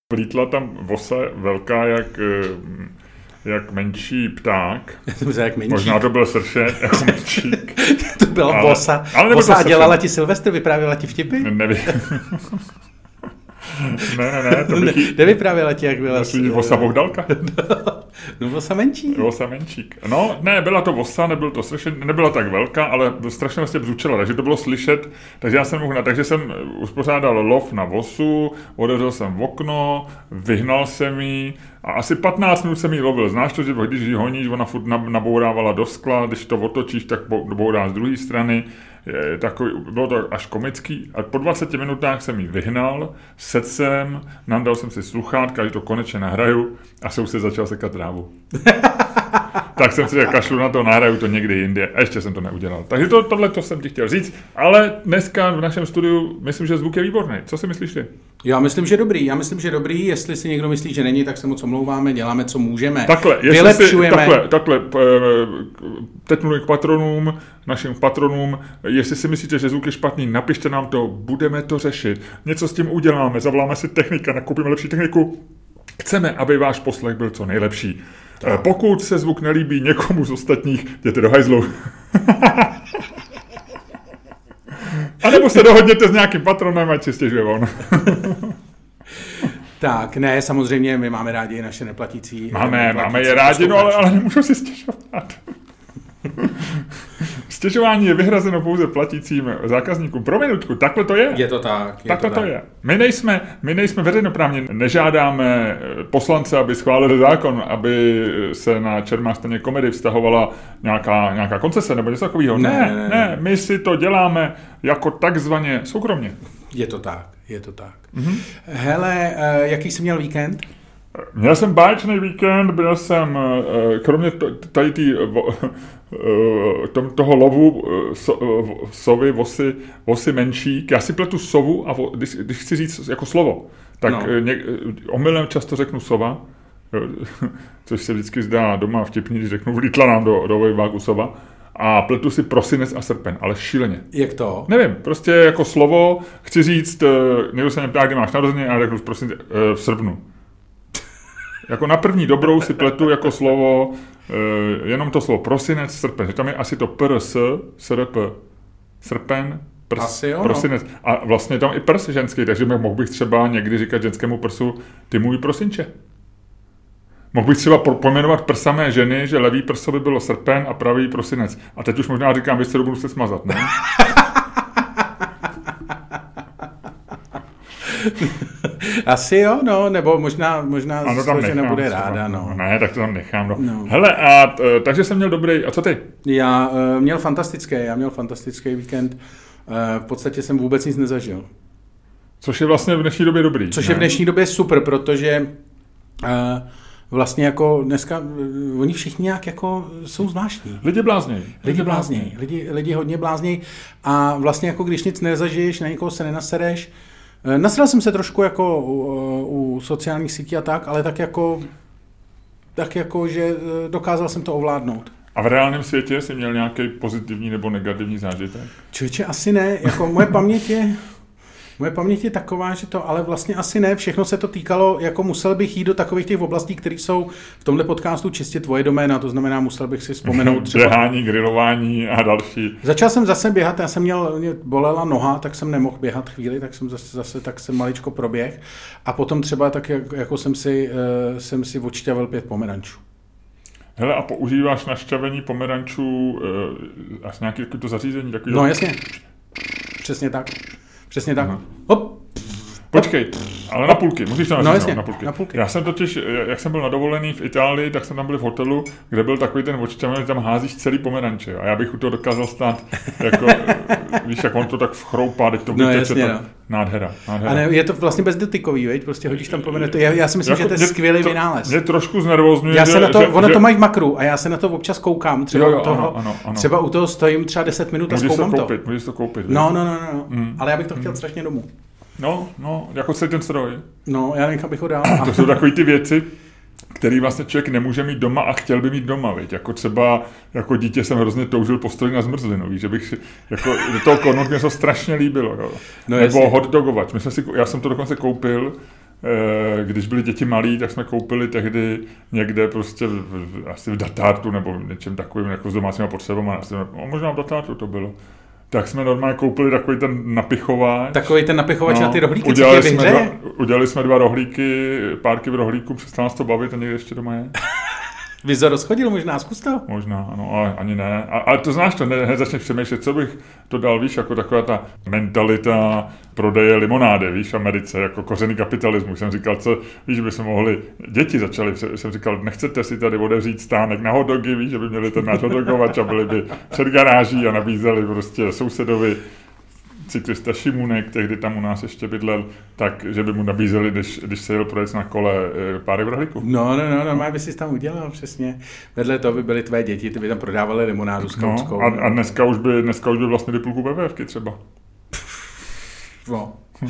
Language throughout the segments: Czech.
Vlítla tam vosa velká jak menší pták. Jak menší. Možná to byl sršen, jako menšík. To byla vosa. Vosa dělala ti Silvestr, vyprávěla ti vtipy? Nevím. Ne, to bych... Nevyprávěla ti, jak byla... Myslíš vosa Bohdalka? No vosa menší. Vosa menšík. No, ne, byla to vosa, nebyl to sršen, nebyla tak velká, ale strašně vlastně bzučela, takže to bylo slyšet, takže jsem uspořádal lov na vosu, otevřel jsem okno, vyhnal jsem jí a asi 15 minut jsem jí lovil. Znáš to, že když ji honíš, ona furt nabourávala do skla, když to otočíš, tak bourá z druhé strany. Bylo to až komický. A po 20 minutách jsem ji vyhnal, sedl jsem, nandal jsem si sluchátka, že to konečně nahraju a jsem se začal sekat trávu. Tak jsem si kašlu na to, nahraju to někdy jinde a ještě jsem to neudělal. Takže tohle jsem ti chtěl říct, ale dneska v našem studiu myslím, že zvuk je výborný. Co si myslíš ty? Já myslím, že dobrý. Jestli si někdo myslí, že není, tak se moc omlouváme, děláme, co můžeme. Vylepšujeme. Takhle, teď mluvím k patronům, našim patronům. Jestli si myslíte, že zvuk je špatný, napište nám to, budeme to řešit. Něco s tím uděláme, zavoláme si technika, nakoupíme lepší techniku. Chceme, aby váš poslech byl co nejlepší. Tak. Pokud se zvuk nelíbí někomu z ostatních, jděte do hajzlu. A nebo se dohodněte s nějakým patronem, ať si stěžuje on. Tak, ne, samozřejmě, my máme rádi naše neplatící. Máme je rádi, no, ale nemůžu si stěžovat. Stěžování je vyhrazeno pouze platícím zákazníkům. Pro minutku, takhle to je. Je to tak. Takhle to je. My nejsme veřejnoprávně, nežádáme poslance, aby schválili zákon, aby se na Čermástaně komedy vztahovala nějaká koncese nebo něco takového. Ne, my si to děláme jako takzvaně soukromně. Je to tak. Mm-hmm. Hele, jaký jsi měl víkend? Měl jsem báječný víkend, byl jsem, kromě tady toho lovu sovy, vosy menší, já si pletu sovu a když chci říct jako slovo, tak omylem často řeknu sova, což se vždycky zdá doma vtipný, když řeknu vlítla nám do vejváku sova, a pletu si prosinec a srpen, ale šíleně. Jak to? Nevím, prostě jako slovo, chci říct, někdo se mě ptá, kdy máš narozeniny, a řeknu v srpnu. Jako na první dobrou si pletu jako slovo, jenom to slovo prosinec, srpen. Tam je asi to prs, srp, srpen, prosinec. A vlastně tam i prs ženský, takže mohl bych třeba někdy říkat ženskému prsu, ty můj prosinče. Mohl bych třeba pojmenovat prsa mé ženy, že levý prso by bylo srpen a pravý prosinec. A teď už možná říkám, vy se budu se smazat, ne? Asi jo, no, nebo možná že nebude ráda, no. Ne, tak to tam nechám, no. Hele, takže jsem měl dobrý, a co ty? Já měl fantastický víkend, v podstatě jsem vůbec nic nezažil. Což je vlastně v dnešní době dobrý. Což je v dnešní době super, protože vlastně jako dneska oni všichni nějak jako jsou zvláštní. Lidi hodně bláznějí a vlastně jako když nic nezažiješ, na někoho se nenasereš. Nasral jsem se trošku jako u sociálních sítí a tak, ale tak jako, že dokázal jsem to ovládnout. A v reálném světě jsi měl nějaký pozitivní nebo negativní zážitek? Člověče, asi ne. Jako moje paměť je taková, že to, ale vlastně asi ne. Všechno se to týkalo, jako musel bych jít do takových těch oblastí, které jsou v tomhle podcastu čistě tvoje doména, to znamená, musel bych si vzpomenout třeba... Běhání, grilování a další. Začal jsem zase běhat, mě bolela noha, tak jsem nemohl běhat chvíli, tak jsem zase maličko proběh. A potom třeba tak, jako jsem si odšťavil 5 pomerančů. Hele, a používáš na šťavení pomerančů až nějaké to zařízení? Takový no jasně, přesně tak. Hop. Počkej, ale na půlky, musíš to naříznout, na půlky. Já jsem totiž, jak jsem byl na dovolený v Itálii, tak jsem tam byl v hotelu, kde byl takový ten odšťavený, že tam házíš celý pomeranče. Jo? A já bych u toho dokázal stát, jako, víš, jak on to tak vchroupá, teď to vyteče, nádhera. A ne, je to vlastně bezdotykový, veď? Prostě hodíš tam pomeranče. Já si myslím, jako, že to je skvělý vynález. Mě trošku znervózňuje. Ono to mají v makru a já se na to občas koukám. Třeba u toho stojím třeba 10 minut a zkoumám to. Můžeš to koupit. No. Ale já bych to chtěl strašně domů. No, jako celý ten stroj. No, já nevím, kam bych ho dal. To jsou takový ty věci, který vlastně člověk nemůže mít doma a chtěl by mít doma, viď? Jako třeba, jako dítě jsem hrozně toužil po stroji na zmrzlinu, víš? Že bych si, jako do toho konut mě to strašně líbilo, jo? No, nebo hot dogovač. Já jsem to dokonce koupil když byli děti malí, tak jsme koupili tehdy někde prostě asi v Datartu nebo něčem takovým, jako s domácíma potřebama, možná v Datartu to bylo. Tak jsme normálně koupili takový ten napichovač. Takový ten napichovač na ty rohlíky, udělali jsme 2 rohlíky, párky v rohlíku, přestalo nás to bavit a někde ještě doma je. Vizor rozchodil možná, zkus to? Možná, ano, ale ani ne. Ale to znáš to, hned začneš přemýšlet, co bych to dal, víš, jako taková ta mentalita prodeje limonády, víš, v Americe, jako kořený kapitalismus. Jsem říkal, co, víš, by jsme mohli, děti začaly, jsem říkal, nechcete si tady otevřít stánek na hotdogy, víš, že by měli ten náš hotdogovač a byli by před garáží a nabízeli prostě sousedovi cyklista Šimunek, tehdy tam u nás ještě bydlel, tak, že by mu nabízeli, když se jel projet na kole párek v rohlíku. No, normálně by si tam udělal, přesně. Vedle toho by byly tvé děti, ty by tam prodávaly limonádu s kauckou. No, a dneska už by vlastně půlku BVFky třeba. No.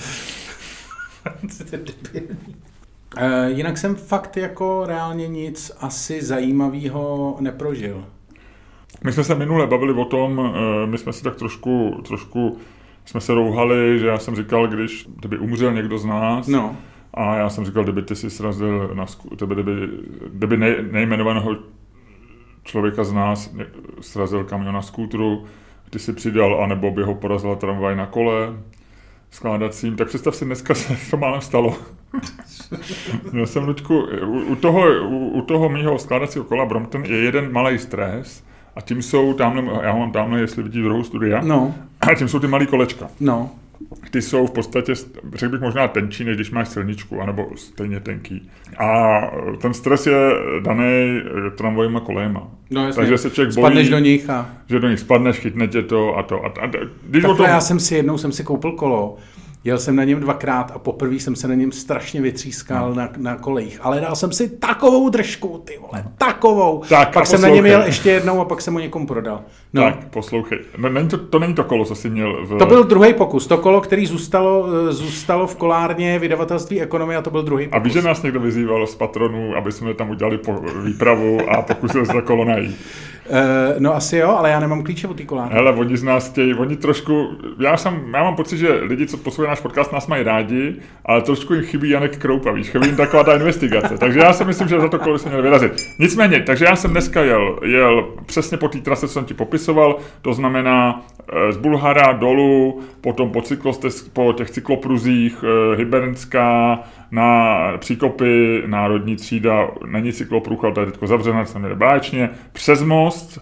Jinak jsem fakt jako reálně nic asi zajímavého neprožil. My jsme se minule bavili o tom, my jsme si tak trošku jsme se rouhali, že já jsem říkal, kdyby umřel někdo z nás, no. A já jsem říkal, kdyby ty si srazil kdyby nejmenovaného člověka z nás srazil kamion na skútru, ty si přidal, anebo by ho porazila tramvaj na kole skládacím, tak představ si, dneska se to málem stalo. Měl jsem, Luďku, u toho mýho skládacího kola Brompton je jeden malej stres, a tím jsou tamhle, já ho mám tamhle, jestli vidí druhou studia, no. A tím jsou ty malý kolečka. No. Ty jsou v podstatě, řekl bych, možná tenčí, než když máš silničku, anebo stejně tenký. A ten stres je daný tramvajima kolejema. No, takže se člověk bojí, spadneš do nich a... že do nich spadneš, chytne tě to a to. Takhle já jsem si jednou koupil kolo, jel jsem na něm 2krát a poprvé jsem se na něm strašně vytřískal na kolejích. Ale dal jsem si takovou držku, ty vole, takovou. Tak, pak jsem na něm jel ještě jednou a pak jsem ho někomu prodal. No. Tak, poslouchej. To není to kolo, co jsi měl To byl druhý pokus. To kolo, který zůstalo v kolárně vydavatelství Ekonomie, a to byl druhý pokus. A víš, že nás někdo vyzýval z patronů, aby jsme tam udělali výpravu a pokusili se to kolo najít. No asi jo, ale já nemám klíče od té kolárny. Hele, oni z nás chtějí, oni trošku, já mám pocit, že lidi, co poslouchají náš podcast, nás mají rádi, ale trošku jim chybí Janek Kroupa, víš, chybí jim taková ta investigace, takže já si myslím, že za to kolo jsme měli vyrazit. Nicméně, takže já jsem dneska jel přesně po té trase, co jsem ti popisoval, to znamená z Bulhara dolů, potom po těch cyklopruzích, Hybernská, na Příkopy, Národní třída, není cyklopruh, ale tady teďko zavřená, jsem měl báječně, přes most,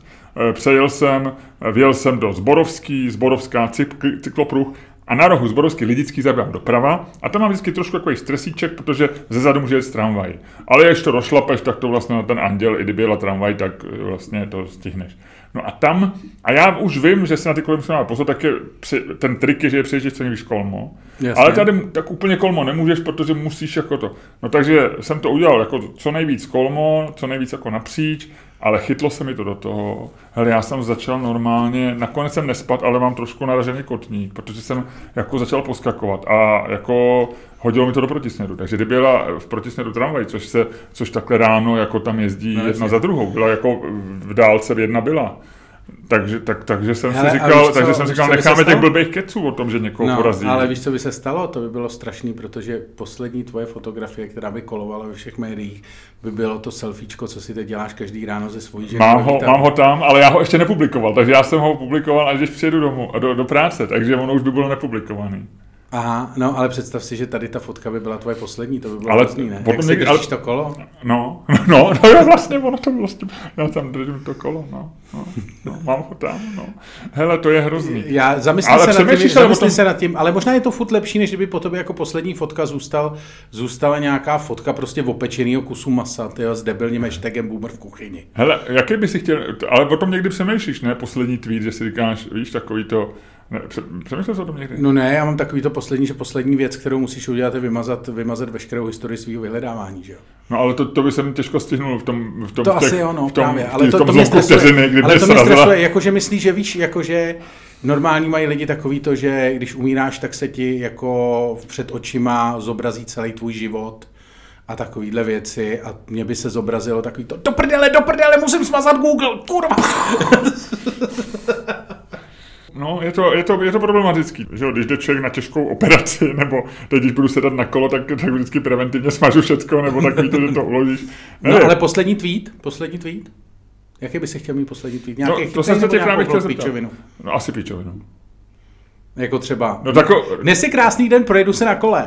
vjel jsem do Zborovská cyklopruh, a na rohu Zborovský Lidický zaběhám doprava a tam mám vždycky trošku takový stresíček, protože zezadu může jet tramvaj. Ale když to rozšlapeš, tak to vlastně na ten anděl, i kdyby jela tramvaj, tak vlastně to stihneš. No a já už vím, že se na ty koly musím dát pozor, tak ten trik je, že je přejížděš co nejvíc kolmo. Jasně. Ale tady tak úplně kolmo nemůžeš, protože musíš jako to. No takže jsem to udělal jako co nejvíc kolmo, co nejvíc jako napříč, ale chytlo se mi to do toho. Hele, já jsem začal normálně, nakonec jsem nespad, ale mám trošku naražený kotník, protože jsem jako začal poskakovat a jako hodilo mi to do protisměru. Takže kdyby byla v protisměru tramvaj, což takhle ráno jako tam jezdí jedna za druhou, byla jako v dálce jedna byla. Takže jsem si říkal, necháme těch blbých keců o tom, že někoho porazí. Ale víš, co by se stalo? To by bylo strašný, protože poslední tvoje fotografie, která by kolovala ve všech médiích, by bylo to selfiečko, co si teď děláš každý ráno ze svojí ženy. Mám ho tam, ale já ho ještě nepublikoval, takže já jsem ho publikoval, až když přijedu domů, do práce, takže ono už by bylo nepublikovaný. Aha, no, ale představ si, že tady ta fotka by byla tvoje poslední, to by bylo hrozný, ne? Jak si držíš to kolo? No, vlastně, ono to vlastně, já tam držím to kolo, no, mám ho tam, no. Hele, to je hrozný. Já zamyslím se nad tím, ale možná je to furt lepší, než kdyby po tobě jako poslední fotka zůstala nějaká fotka prostě opečenýho kusu masa, tyjo, s debilním hashtagem boomer v kuchyni. Hele, jaký by si chtěl, ale o tom někdy přemýšlíš, ne? Poslední tweet, že si říkáš, víš, takový to. Přemýšlel jsi o tom někdy? No ne, já mám takový to poslední věc, kterou musíš udělat, je vymazat veškerou historii svého vyhledávání, že jo? No ale to by se mi těžko stihnul v tom to asi jo, no, právě, ale to mě stresuje, jakože myslíš, že víš, jakože normální mají lidi takový to, že když umíráš, tak se ti jako před očima zobrazí celý tvůj život a takovýhle věci a mě by se zobrazilo takový to do prdele, musím smazat Google, kurva! No, je to problematický, že jo, když jde člověk na těžkou operaci, nebo teď, když budu sedat na kolo, tak vždycky preventivně smažu všecko, nebo tak víte, že to uložíš. No, ale poslední tweet? Jaký by si chtěl mít poslední tweet? Nějaký to jsem se tě právě chtěl zeptat. No, asi píčovinu. Jako třeba, no, dnes je krásný den, projedu se na kole.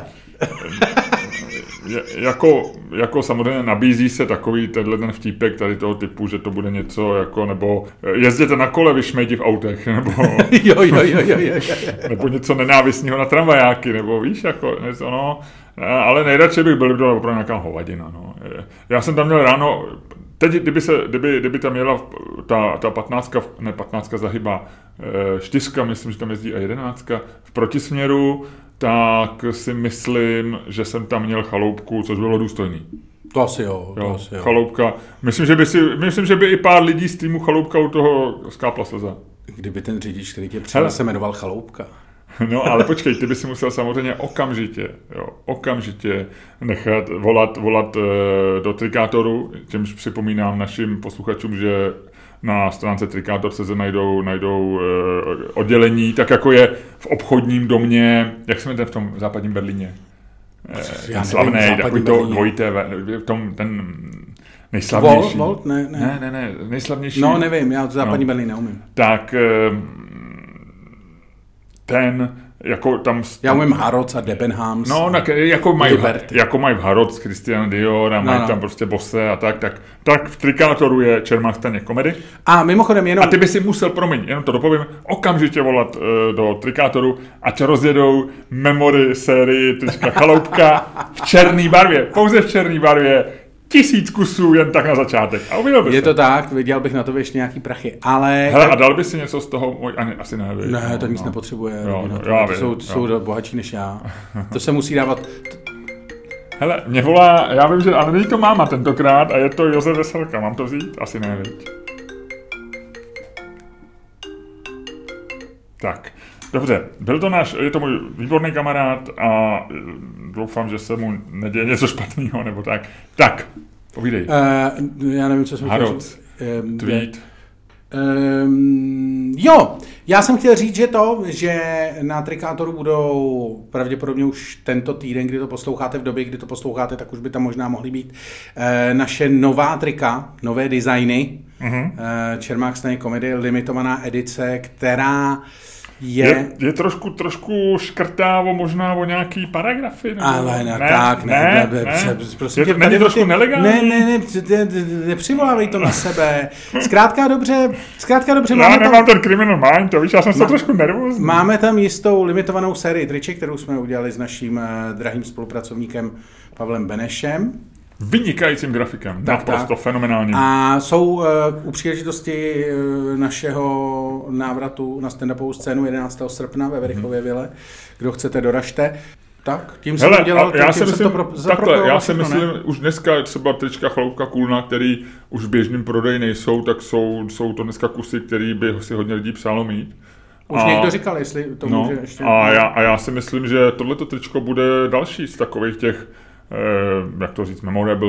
Jako samozřejmě nabízí se takový ten vtípek tady toho typu, že to bude něco jako, nebo jezděte na kole, vy šmejdi v autech, nebo jo. nebo něco nenávistného na tramvajáky, nebo víš, jako něco, no, ale nejradši bych byl opravdu nějaká hovadina, no. Já jsem tam měl ráno, teď, kdyby tam jela ta 15 zahybá 4, myslím, že tam jezdí a 11 v protisměru, tak si myslím, že jsem tam měl chaloupku, což bylo důstojný. To asi jo. Chaloupka. Myslím, že by i pár lidí z týmu chaloupka u toho skápla slza. Kdyby ten řidič, který tě přijel, se jmenoval Chaloupka. No, ale počkej, ty by si musel samozřejmě okamžitě nechat volat do Trikátoru, čímž připomínám našim posluchačům, že na stránce Trikátor.cz najdou oddělení, tak jako je v obchodním domě, jak se jmenuje v tom západním Berlíně? Slavnej, takový to dvojité, v tom ten nejslavnější. Volt? Ne, nejslavnější. No, nevím, já západní Berlín neumím. Tak ten, jako tam... Já umím Harrods a Debenhams. No, jako mají v Harrods Christian Dior a mají tam prostě Bosse a tak v Trikátoru je Čermák Staněk komedy. A mimochodem jenom... A ty by si musel, jenom to dopovím, okamžitě volat do Trikátoru, ať rozjedou memory sérii Trička Chaloupka v černé barvě, pouze v černé barvě, 1000 kusů jen tak na začátek. A uviděl bych je to tak, viděl bych na to ještě nějaký prachy, ale... Hele, a dal by si něco z toho? Asi ne. Ne, to nic nepotřebuje. To jsou bohatší než já. To se musí dávat... Hele, mě volá, já vím, že ale není to máma tentokrát a je to Josef Veselka. Mám to vzít? Asi ne, viď? Tak, dobře. Je to můj výborný kamarád a doufám, že se mu neděje něco špatného, nebo tak. Tak, povídej. Já nevím, co jsem chtěl říct. Tweet. Jo, já jsem chtěl říct, že na Trikátoru budou pravděpodobně už tento týden, kdy to posloucháte, v době, kdy to posloucháte, tak už by tam možná mohly být naše nová trika, nové designy, Čermák Staněk komedy, limitovaná edice, která je trošku škrtávo možná o nějaký paragrafy. Nebo... Ale ne. Není trošku nelegální? Ne, nepřivolávej to na sebe. Zkrátka dobře. Já nemám ten criminal mind, to víš, já jsem se trošku nervózní. Máme tam jistou limitovanou sérii triček, kterou jsme udělali s naším drahým spolupracovníkem Pavlem Benešem. Vynikajícím grafikem, naprosto fenomenálním. A jsou u příležitosti našeho návratu na stand-upovou scénu 11. srpna ve Verichově vile. Kdo chcete, doražte. Tak, tím jsem udělal... Já si myslím, už dneska třeba trička Chaloupka Kulna, který už v běžným prodeji nejsou, tak jsou to dneska kusy, který by si hodně lidí přálo mít. Už někdo říkal, jestli to může ještě... A já si myslím, že tohleto tričko bude další z takových těch jak to říct, memorable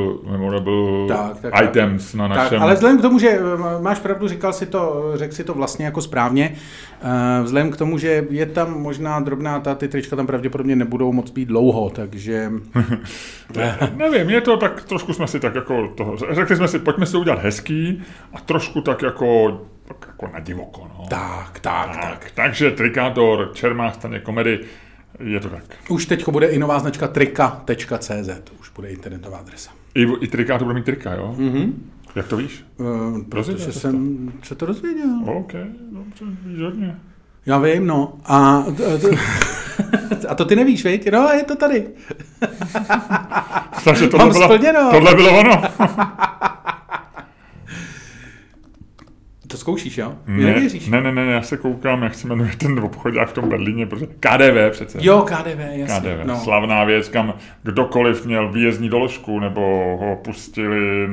items na našem... Ale vzhledem k tomu, že máš pravdu, řekl si to vlastně jako správně, vzhledem k tomu, že je tam možná drobná, ty trička tam pravděpodobně nebudou moc být dlouho, takže... Nevím, je to tak, trošku jsme si tak jako toho, řekli jsme si, pojďme si udělat hezký a trošku tak jako na divoko, no. Tak. Takže Trikátor, Čermák Staněk komedy, je to tak. Už teďko bude i nová značka trika.cz, už bude internetová adresa. I Trika to bude mít trika, jo? Mm-hmm. Jak to víš? Protože jsem se to dozvěděl. OK, dobře, víš hodně. Já vím, no. A to ty nevíš, viď? No, je to tady. Takže tohle bylo ono. To zkoušíš, jo? Ne, já se koukám, jak se jmenuje ten obchodák v tom Berlíně, protože KDV přece. Jo, KDV, jasně. KDV, no. Slavná věc, kam kdokoliv měl výjezdní doložku, nebo ho pustili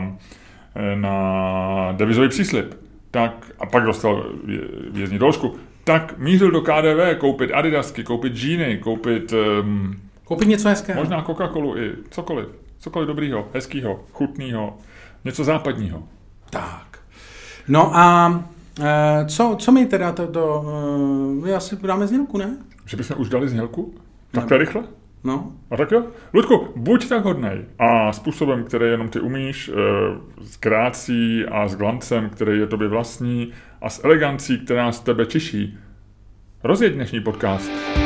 na devizový příslib, tak, a pak dostal výjezdní doložku, tak mířil do KDV koupit adidasky, koupit džíny, koupit něco hezkého. Možná Coca-Colu i cokoliv dobrýho, hezkýho, chutnýho, něco západního. Tak. No a Co my teda my asi dáme znělku, ne? Že bychom už dali znělku? Takhle rychle? No. A tak jo? Ludku, buď tak hodnej a způsobem, který jenom ty umíš, s grácí a s glancem, který je tobě vlastní a s elegancí, která z tebe čiší. Rozjeď dnešní podcast.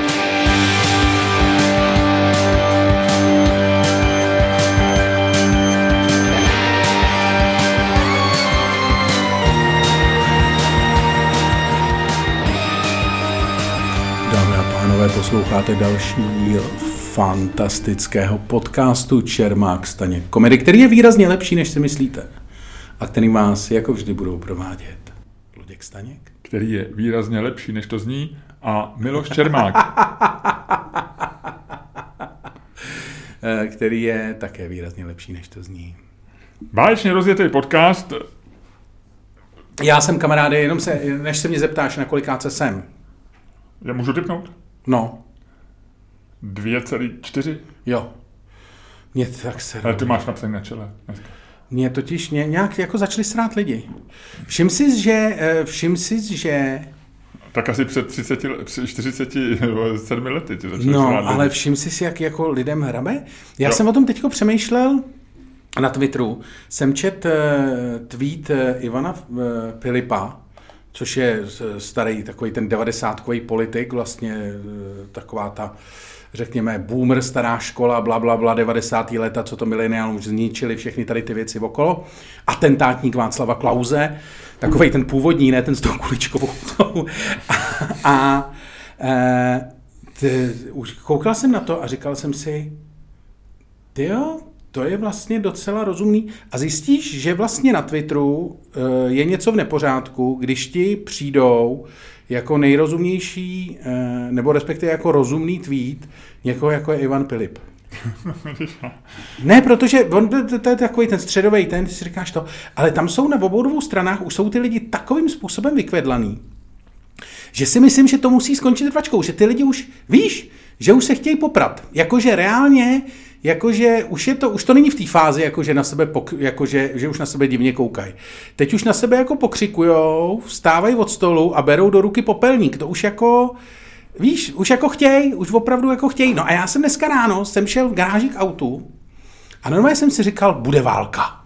Posloucháte další díl fantastického podcastu Čermák Staněk Komedy, který je výrazně lepší, než si myslíte. A který vás jako vždy budou provádět Luděk Staněk. Který je výrazně lepší, než to zní, a Miloš Čermák. Který je také výrazně lepší, než to zní. Báječně rozjetý podcast. Já jsem, kamaráde, než se mě zeptáš, na kolikáce jsem. Já můžu tipnout? No. 2,4? Jo. Mě tak se... Ale ty máš napsaný na čele dneska. Mě totiž nějak jako začali srát lidi. Všim si, že... Tak asi před 47 lety ti začali srát lidi. No, ale všim si, jak jako lidem hrabe? Já jsem o tom teďko přemýšlel na Twitteru. Jsem čet tweet Ivana Pilipa, což je starý takový ten 90kový politik, vlastně taková ta, řekněme, boomer, stará škola, blablabla, 90. leta, co to mileniálům zničili, všechny tady ty věci okolo. Atentátník Václava Klause, takovej ten původní, ne ten s tou kuličkovou. Už koukal jsem na to a říkal jsem si, tyjo, to je vlastně docela rozumný. A zjistíš, že vlastně na Twitteru je něco v nepořádku, když ti přijdou jako nejrozumnější, nebo respektive jako rozumný tweet někoho, jako je Ivan Pilip. Ne, protože to je takový ten středový, ty si říkáš to, ale tam jsou na obou dvou stranách, už jsou ty lidi takovým způsobem vykvedlaný, že si myslím, že to musí skončit rvačkou, že ty lidi už, víš, že už se chtějí poprat. Jakože reálně, jakože už to není v té fázi, jakože na sebe že už na sebe divně koukají. Teď už na sebe jako pokřikujou, vstávají od stolu a berou do ruky popelník. To už jako, víš, už jako chtějí, už opravdu jako chtějí. No a já jsem dneska ráno, jsem šel v garáži k autu a normálně jsem si říkal, bude válka.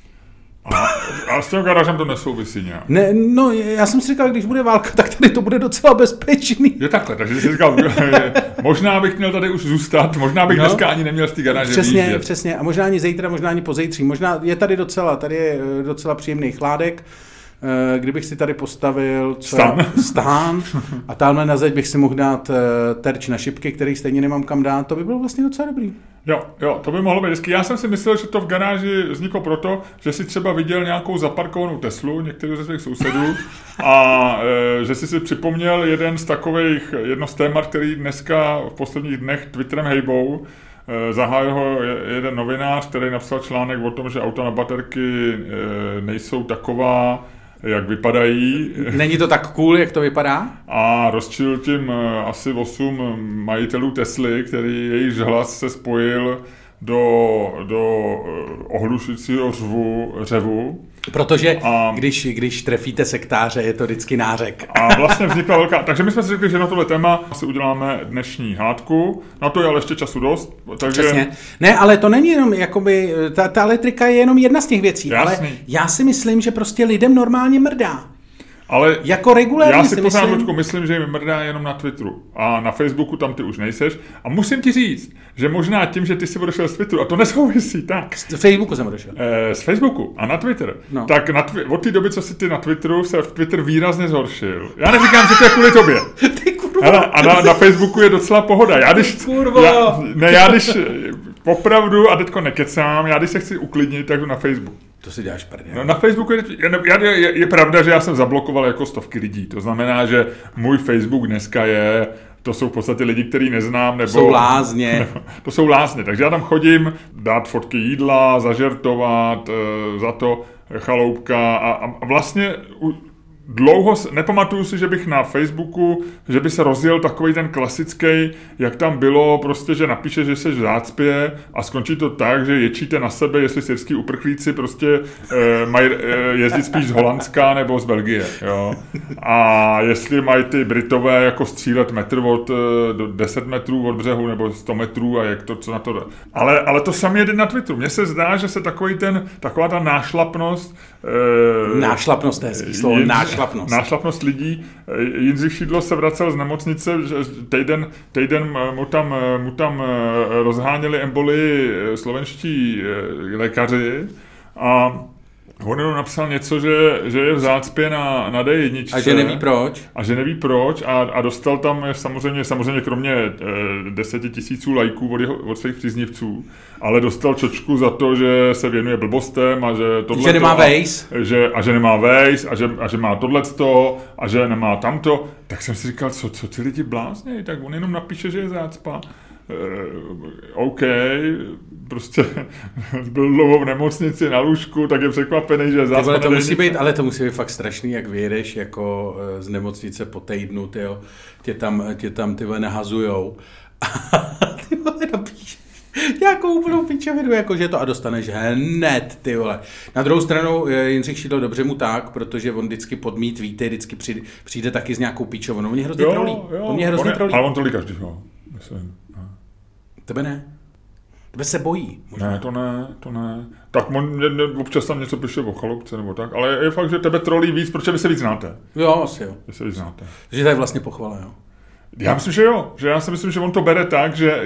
A s tím garážem to nesouvisí nějak. Ne, no, já jsem si říkal, když bude válka, tak tady to bude docela bezpečný. Je takhle, takže jsi říkal, možná bych měl tady už zůstat, možná bych dneska ani neměl z té garáže výjíždět. Přesně, a možná ani zítra, možná ani pozítří. Možná je tady je docela příjemný chládek, kdybych si tady postavil stán a tamhle na zeď bych si mohl dát terč na šipky, který stejně nemám kam dát, to by bylo vlastně docela dobrý. Jo, to by mohlo být hezky. Já jsem si myslel, že to v garáži vzniklo proto, že si třeba viděl nějakou zaparkovanou Teslu, některý ze svých sousedů, a že si připomněl jedno z témat, který dneska v posledních dnech Twitterem hejbou. Zahájil ho jeden novinář, který napsal článek o tom, že auta na baterky nejsou taková, jak vypadají. Není to tak cool, jak to vypadá? A rozčil tím asi 8 majitelů Tesly, který jejich hlas se spojil do ohlušujícího řevu. Protože když trefíte sektáře, je to vždycky nářek. A vlastně vznikla velká... Takže my jsme si řekli, že na tohle téma si uděláme dnešní hádku. Na to je ale ještě času dost. Takže... Přesně. Ne, ale to není jenom, jakoby, ta elektrika je jenom jedna z těch věcí. Jasný. Ale já si myslím, že prostě lidem normálně mrdá. Ale jako regulérně já si pořád myslím, že jim mrdá jenom na Twitteru. A na Facebooku tam ty už nejseš. A musím ti říct, že možná tím, že ty si odešel z Twitteru, a to nesouvisí tak. Z Facebooku jsem odešel. Z Facebooku a na Twitter. No. Tak od té doby, co jsi ty na Twitteru, se v Twitter výrazně zhoršil. Já neříkám, že to je kvůli tobě. Ty kurva. Hele, a na Facebooku je docela pohoda. Já když opravdu, a teďko nekecám, já když se chci uklidnit, tak jdu na Facebook. To si děláš prdě. No, na Facebooku je pravda, že já jsem zablokoval jako stovky lidí. To znamená, že můj Facebook dneska to jsou v podstatě lidi, který neznám, nebo... Jsou lázně. To jsou lázně, takže já tam chodím dát fotky jídla, zažertovat, za to chaloupka a vlastně dlouho, nepamatuju si, že bych na Facebooku, že by se rozjel takový ten klasický, jak tam bylo, prostě, že napíše, že jsi v zácpě a skončí to tak, že ječíte na sebe, jestli syrský uprchlíci prostě mají jezdit spíš z Holandska nebo z Belgie, jo. A jestli mají ty Britové jako střílet metr od 10 metrů od břehu nebo 100 metrů a jak to, co na to jde. Ale to samé jde na Twitteru. Mně se zdá, že se taková ta nášlapnost nášlapnost, to je hezký slovo, nášlapnost lidí. Jindřich Šídlo se vracel z nemocnice, že týden mu tam rozháněli embolii slovenští lékaři a on jenom napsal něco, že je v zácpě na D1. A že neví proč. A dostal tam samozřejmě kromě 10 000 lajků od svých příznivců, ale dostal čočku za to, že se věnuje blbostem a že tohle že nemá vejs. A že nemá vejs a že má tohleto a že nemá tamto. Tak jsem si říkal, co ty lidi bláznějí, tak on jenom napíše, že je zácpa. OK, prostě byl dlouho v nemocnici na lůžku, tak je překvapený, že je zácpa. Ale to musí být fakt strašný, jak vyjedeš jako z nemocnice po týdnu, tyjo, tě tam tyhle nahazujou a ty vole napíšeš nějakou úplnou pičovinu, jakože to a dostaneš hned, ty vole. Na druhou stranu Jindřich Šídlo dobře mu tak, protože on vždycky podmít tweety, vždycky přijde taky s nějakou pičovinou. On mě hrozně trolí. Ale on trolí každýho, myslím. Tebe ne. Tebe se bojí. Možná. Ne, to ne. Tak občas tam něco píše o chalupce nebo tak, ale je fakt, že tebe trolí víc, protože vy se víc znáte. Jo, asi jo. Vy se víc znáte. Že to je vlastně pochvala, jo. Já myslím, že jo. Já si myslím, že on to bere tak, že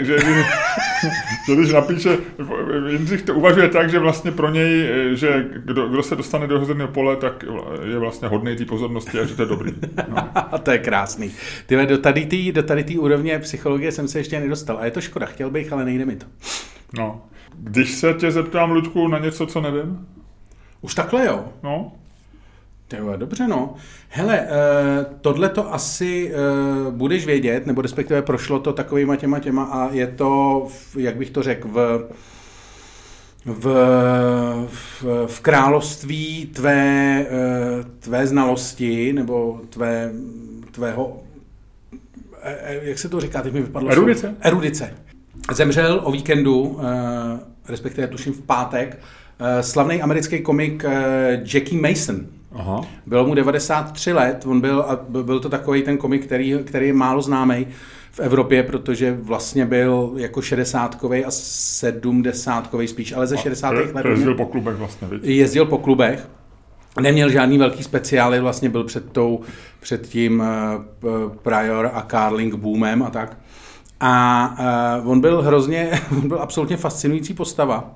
když napíše, Jindřich to uvažuje tak, že vlastně pro něj, že kdo se dostane do hozerného pole, tak je vlastně hodnej té pozornosti a že to je dobrý. No. To je krásný. Tyhle, do tady té úrovně psychologie jsem se ještě nedostal. A je to škoda, chtěl bych, ale nejde mi to. No. Když se tě zeptám, Luďku, na něco, co nevím? Už takhle, jo? No. Dobře, no. Hele, tohle to asi budeš vědět, nebo respektive prošlo to takovýma těma a je to, jak bych to řekl, v království tvé znalosti, nebo tvého, jak se to říká, teď mi vypadlo Erudice. Zemřel o víkendu, respektive tuším v pátek, slavný americký komik Jackie Mason. Aha. Bylo mu 93 let, byl to takový ten komik, který je málo známý v Evropě, protože vlastně byl jako 60kovej a 70kovej spíš, ale ze 60. let. Jezdil po klubech vlastně, víc. Jezdil po klubech. Neměl žádný velký speciály, vlastně byl před tím Prior a Carling boomem a tak. A on byl absolutně fascinující postava.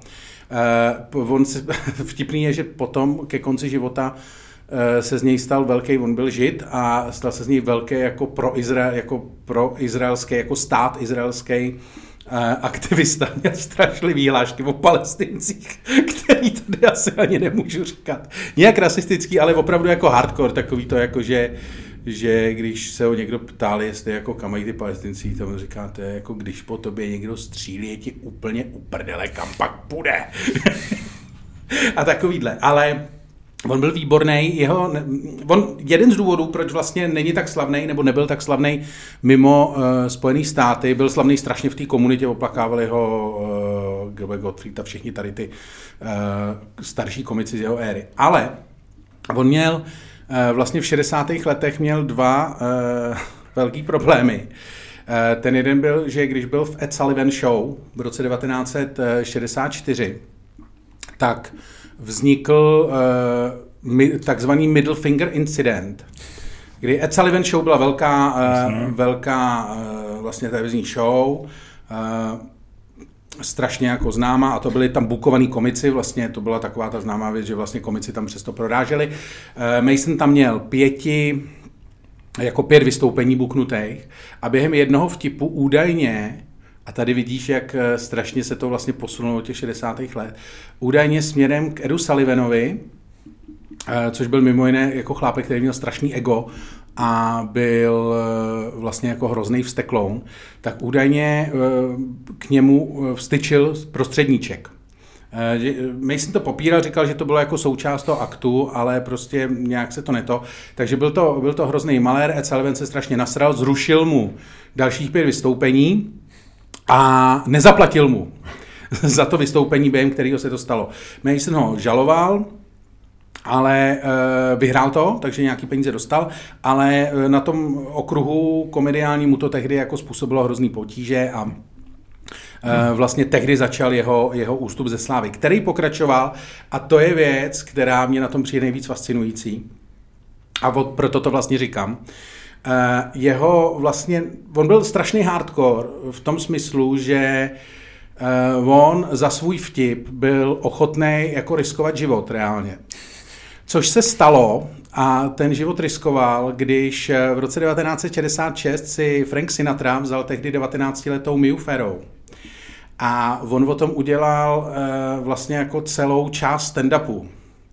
Vtipný je, že potom ke konci života se z něj stal velký, on byl Žid a stal se z něj velký jako pro izraelský, jako stát izraelský aktivista. Měl strašlivý hlášky o Palestincích, který tady asi ani nemůžu říkat. Nějak rasistický, ale opravdu jako hardcore, takový to jako, že když se ho někdo ptal, jestli jako kam mají ty Palestinci, tam říkáte, jako když po tobě někdo střílí, je ti úplně uprdele, kam pak půjde. A takovýhle. Ale on byl výborný. Jeden z důvodů, proč vlastně není tak slavný, nebo nebyl tak slavný mimo Spojené státy, byl slavný strašně v té komunitě, oplakávali ho Gilbert Gottfried a všichni tady ty starší komici z jeho éry. Ale on měl vlastně v 60. letech měl dva velký problémy. Ten jeden byl, že když byl v Ed Sullivan Show v roce 1964, tak vznikl takzvaný middle finger incident, kdy Ed Sullivan Show byla velká vlastně televizní show, strašně jako známá a to byli tam bukovaný komici, vlastně to byla taková ta známá věc, že vlastně komici tam přesto proráželi. Mason tam měl 5 vystoupení buknutých a během jednoho vtipu údajně, a tady vidíš, jak strašně se to vlastně posunulo od těch 60. let, údajně směrem k Edu Sullivanovi, což byl mimo jiné jako chlápek, který měl strašný ego a byl vlastně jako hrozný vztekloun, tak údajně k němu vstyčil prostředníček. Mason to popíral, říkal, že to bylo jako součást toho aktu, ale prostě nějak se to neto. Takže byl to hrozný malér, Ed Sullivan se strašně nasral, zrušil mu dalších 5 vystoupení a nezaplatil mu za to vystoupení, během kterého se to stalo. Mason ho žaloval, ale vyhrál to, takže nějaký peníze dostal, ale na tom okruhu komediální mu to tehdy jako způsobilo hrozný potíže a vlastně tehdy začal jeho ústup ze slávy, který pokračoval a to je věc, která mě na tom přijde nejvíc fascinující a proto to vlastně říkám. On byl strašný hardcore v tom smyslu, že on za svůj vtip byl ochotný jako riskovat život reálně. Což se stalo a ten život riskoval, když v roce 1966 si Frank Sinatra vzal tehdy 19letou Miu Farrow. A on o tom udělal vlastně jako celou část stand-upu.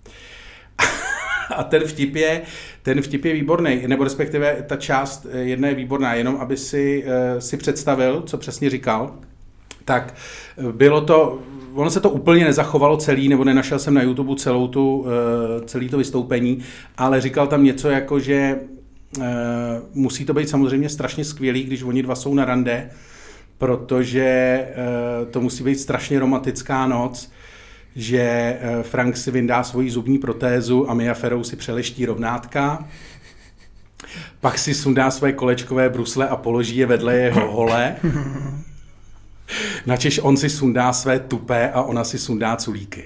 A ten vtip je výborný, nebo respektive ta část jedna je výborná, jenom aby si představil, co přesně říkal. Tak bylo to, ono se to úplně nezachovalo celý, nebo nenašel jsem na YouTube celý to vystoupení, ale říkal tam něco jako, že musí to být samozřejmě strašně skvělý, když oni dva jsou na rande, protože to musí být strašně romantická noc, že Frank si vyndá svoji zubní protézu a Mia Farrow si přeleští rovnátka, pak si sundá své kolečkové brusle a položí je vedle jeho hole, načež on si sundá své tupé a ona si sundá culíky.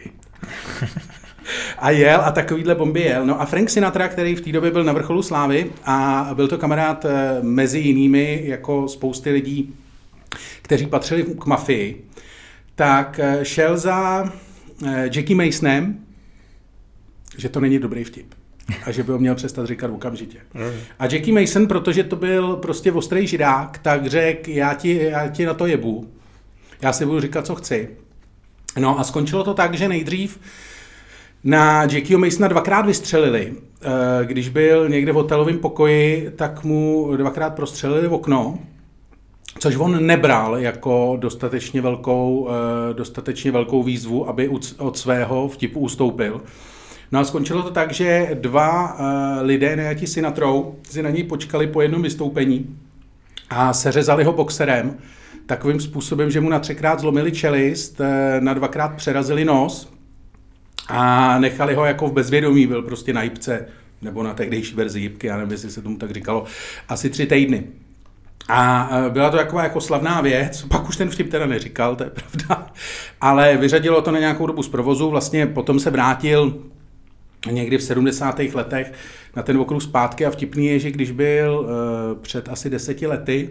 A jel a takovýhle bomby jel. No a Frank Sinatra, který v té době byl na vrcholu slávy a byl to kamarád mezi jinými jako spousty lidí, kteří patřili k mafii, tak šel za Jackie Masonem, že to není dobrý vtip a že by ho měl přestat říkat okamžitě. A Jackie Mason, protože to byl prostě ostrý židák, tak řekl, já ti na to jebu. Já si budu říkat, co chci. No a skončilo to tak, že nejdřív na Jackieho Masona 2krát vystřelili. Když byl někde v hotelovém pokoji, tak mu 2krát prostřelili v okno, což on nebral jako dostatečně velkou výzvu, aby od svého vtipu ustoupil. No a skončilo to tak, že 2 lidé najatí Sinatrou si na něj počkali po jednom vystoupení a seřezali ho boxerem takovým způsobem, že mu na 3krát zlomili čelist, na 2krát přerazili nos a nechali ho jako v bezvědomí, byl prostě na jipce, nebo na tehdejší verzi jipky, já nevím, jestli se tomu tak říkalo, asi 3 týdny. A byla to taková jako slavná věc, pak už ten vtip teda neříkal, to je pravda, ale vyřadilo to na nějakou dobu z provozu, vlastně potom se vrátil někdy v 70. letech na ten okruh zpátky a vtipný je, že když byl před asi 10 lety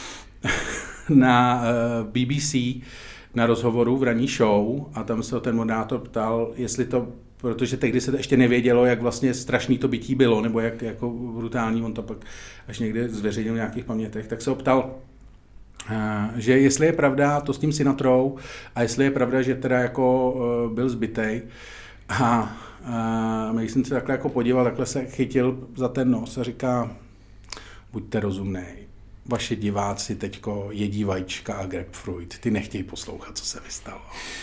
na BBC na rozhovoru v ranní show a tam se ho ten moderátor ptal, jestli to, protože tehdy se to ještě nevědělo, jak vlastně strašný to bytí bylo, nebo jak jako brutální, on to pak až někde zveřejnil v nějakých pamětech, tak se ho ptal, že jestli je pravda to s tím Sinatrou a jestli je pravda, že teda jako byl zbytej a Mason se takhle jako podíval, takhle se chytil za ten nos a říká, buďte rozumnej, vaši diváci teďko jedí vajíčka a grapefruit, ty nechtějí poslouchat, co se mi stalo.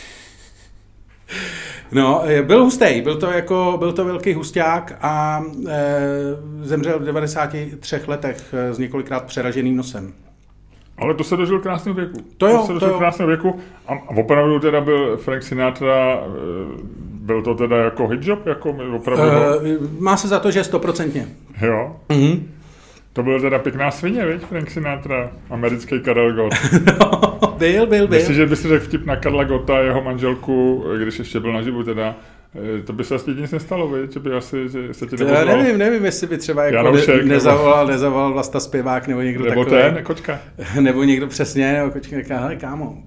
No, byl hustý, byl to velký husťák a zemřel v 93 letech s několikrát přeraženým nosem. Ale to se dožil krásného věku. Krásného věku a opravdu teda byl Frank Sinatra, byl to teda jako hijab, jako opravdu... Má se za to, že 100%. Jo? Mm-hmm. To byl teda pěkná svině, viď, Frank Sinatra, americký Karel Gott. No, byl. Myslím, že by si řekl vtip na Karla Gotta, jeho manželku, když ještě byl naživu teda, to by se asi nic nestalo, viď, že by asi že se ti nepozval. Nevím, jestli by třeba jako nezavolal Vlasta Zpěvák nebo někdo nebo takový. Nebo Kočka. Nebo někdo přesně, nebo Kočka říká, hele kámo,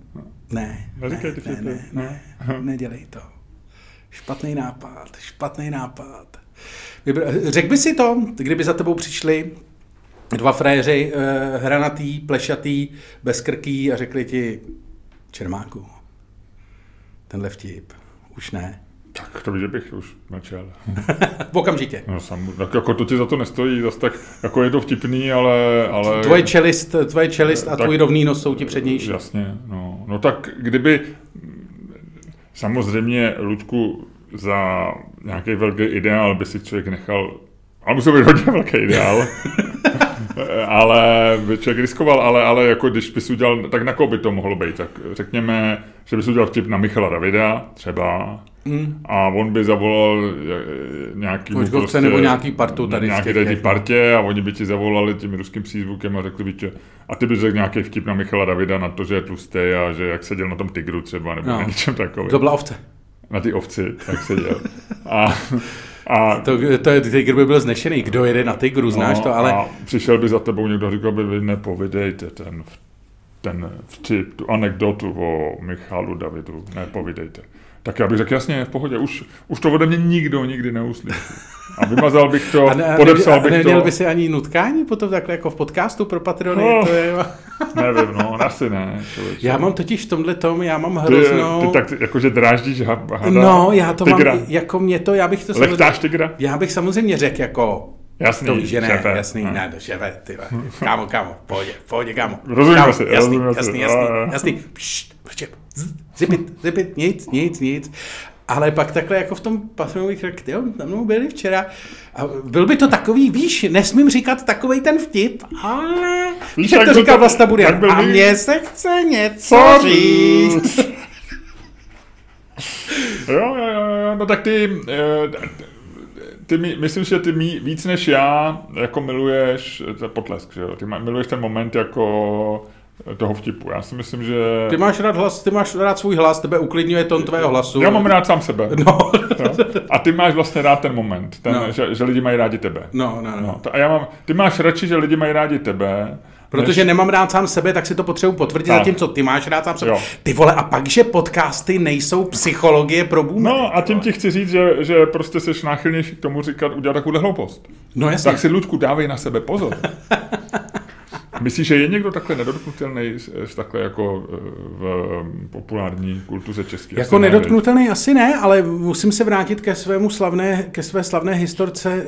nedělej to. Špatný nápad. Řekl by si to, kdyby za tebou přišli 2 frajeři, hranatý, plešatý, bezkrký a řekli ti, Čermáku, tenhle vtip, už ne. Tak to víš, že bych už načal. Okamžitě. No tak jako to ti za to nestojí, zase tak jako je to vtipný, ale... Tvoje čelist a tvůj rovný nos jsou ti přednější. Jasně, no tak kdyby... samozřejmě, Luďku, za nějaký velký ideál by si člověk nechal, ale musel být hodně velký ideál, ale by člověk riskoval, ale jako když bys udělal, tak na koho by to mohlo být, tak řekněme, že bys udělal vtip na Michala Davida, třeba, a on by zavolal nějaký prostě, nebo nějaký partu tady nějaké tady partě a oni by ti zavolali tím ruským přízvukem a řekli by ti, a ty bys řekl nějaký vtip na Michala Davida na to, že je tlustý a že jak seděl na tom tygru třeba, nebo na něčem takovém. To byla ovce. Na ty ovci, jak seděl. To tygr by byl znešený, kdo jede na tygru, znáš to, ale... A přišel by za tebou někdo a říkal by, vy nepovídejte ten vtip, tu anekdotu o Michalu Davidu, nepovídejte. Tak já bych řekl, jasně, v pohodě, už to ode mě nikdo nikdy neuslyší. A vymazal bych to, podepsal bych to. Neměl by si ani nutkání potom takhle jako v podcastu pro Patrony? No, to je... Nevím, asi ne. Člověče. Já mám totiž v tomhle tom, já mám hroznou... Ty tak jakože dráždíš hada, no, já to tygra. Mám, jako mě to, já bych to Lechtáš tygra? Já bych samozřejmě řekl jako... Jasný, to víš, že ne, šéfe. jasný, ne, šéfe, ty kámo, pohodě, kámo. Rozumíme si. Jasný, zipit, nic. Ale pak takhle jako v tom patronu bych řekl, tyjo, tam mnou byli včera. A byl by to takový, víš, nesmím říkat takovej ten vtip, ale víš, jak to říkal Vlasta Burian. A mně se chce něco říct. Jo, no tak ty myslím, že ty víc než já jako miluješ potlesk, že jo? Ty miluješ ten moment jako toho vtipu. Já si myslím, že... Ty máš rád hlas, ty máš rád svůj hlas, tebe uklidňuje tón tvého hlasu. Já mám rád sám sebe. No. A ty máš vlastně rád ten moment, že lidi mají rádi tebe. No. A ty máš radši, že lidi mají rádi tebe. Protože nemám rád sám sebe, tak si to potřebuji potvrdit, zatímco ty máš rád sám sebe. Jo. Ty vole, a pak, že podcasty nejsou psychologie pro boomery. No a tím ti chci říct, že prostě jsi náchylnější k tomu říkat, udělat takovou hloupost. No jasně. Tak si, Luďku, dávej na sebe pozor. Myslíš, že je někdo takhle nedotknutelný takhle jako v populární kultuře české? Jako nedotknutelný asi ne, ale musím se vrátit ke své slavné historce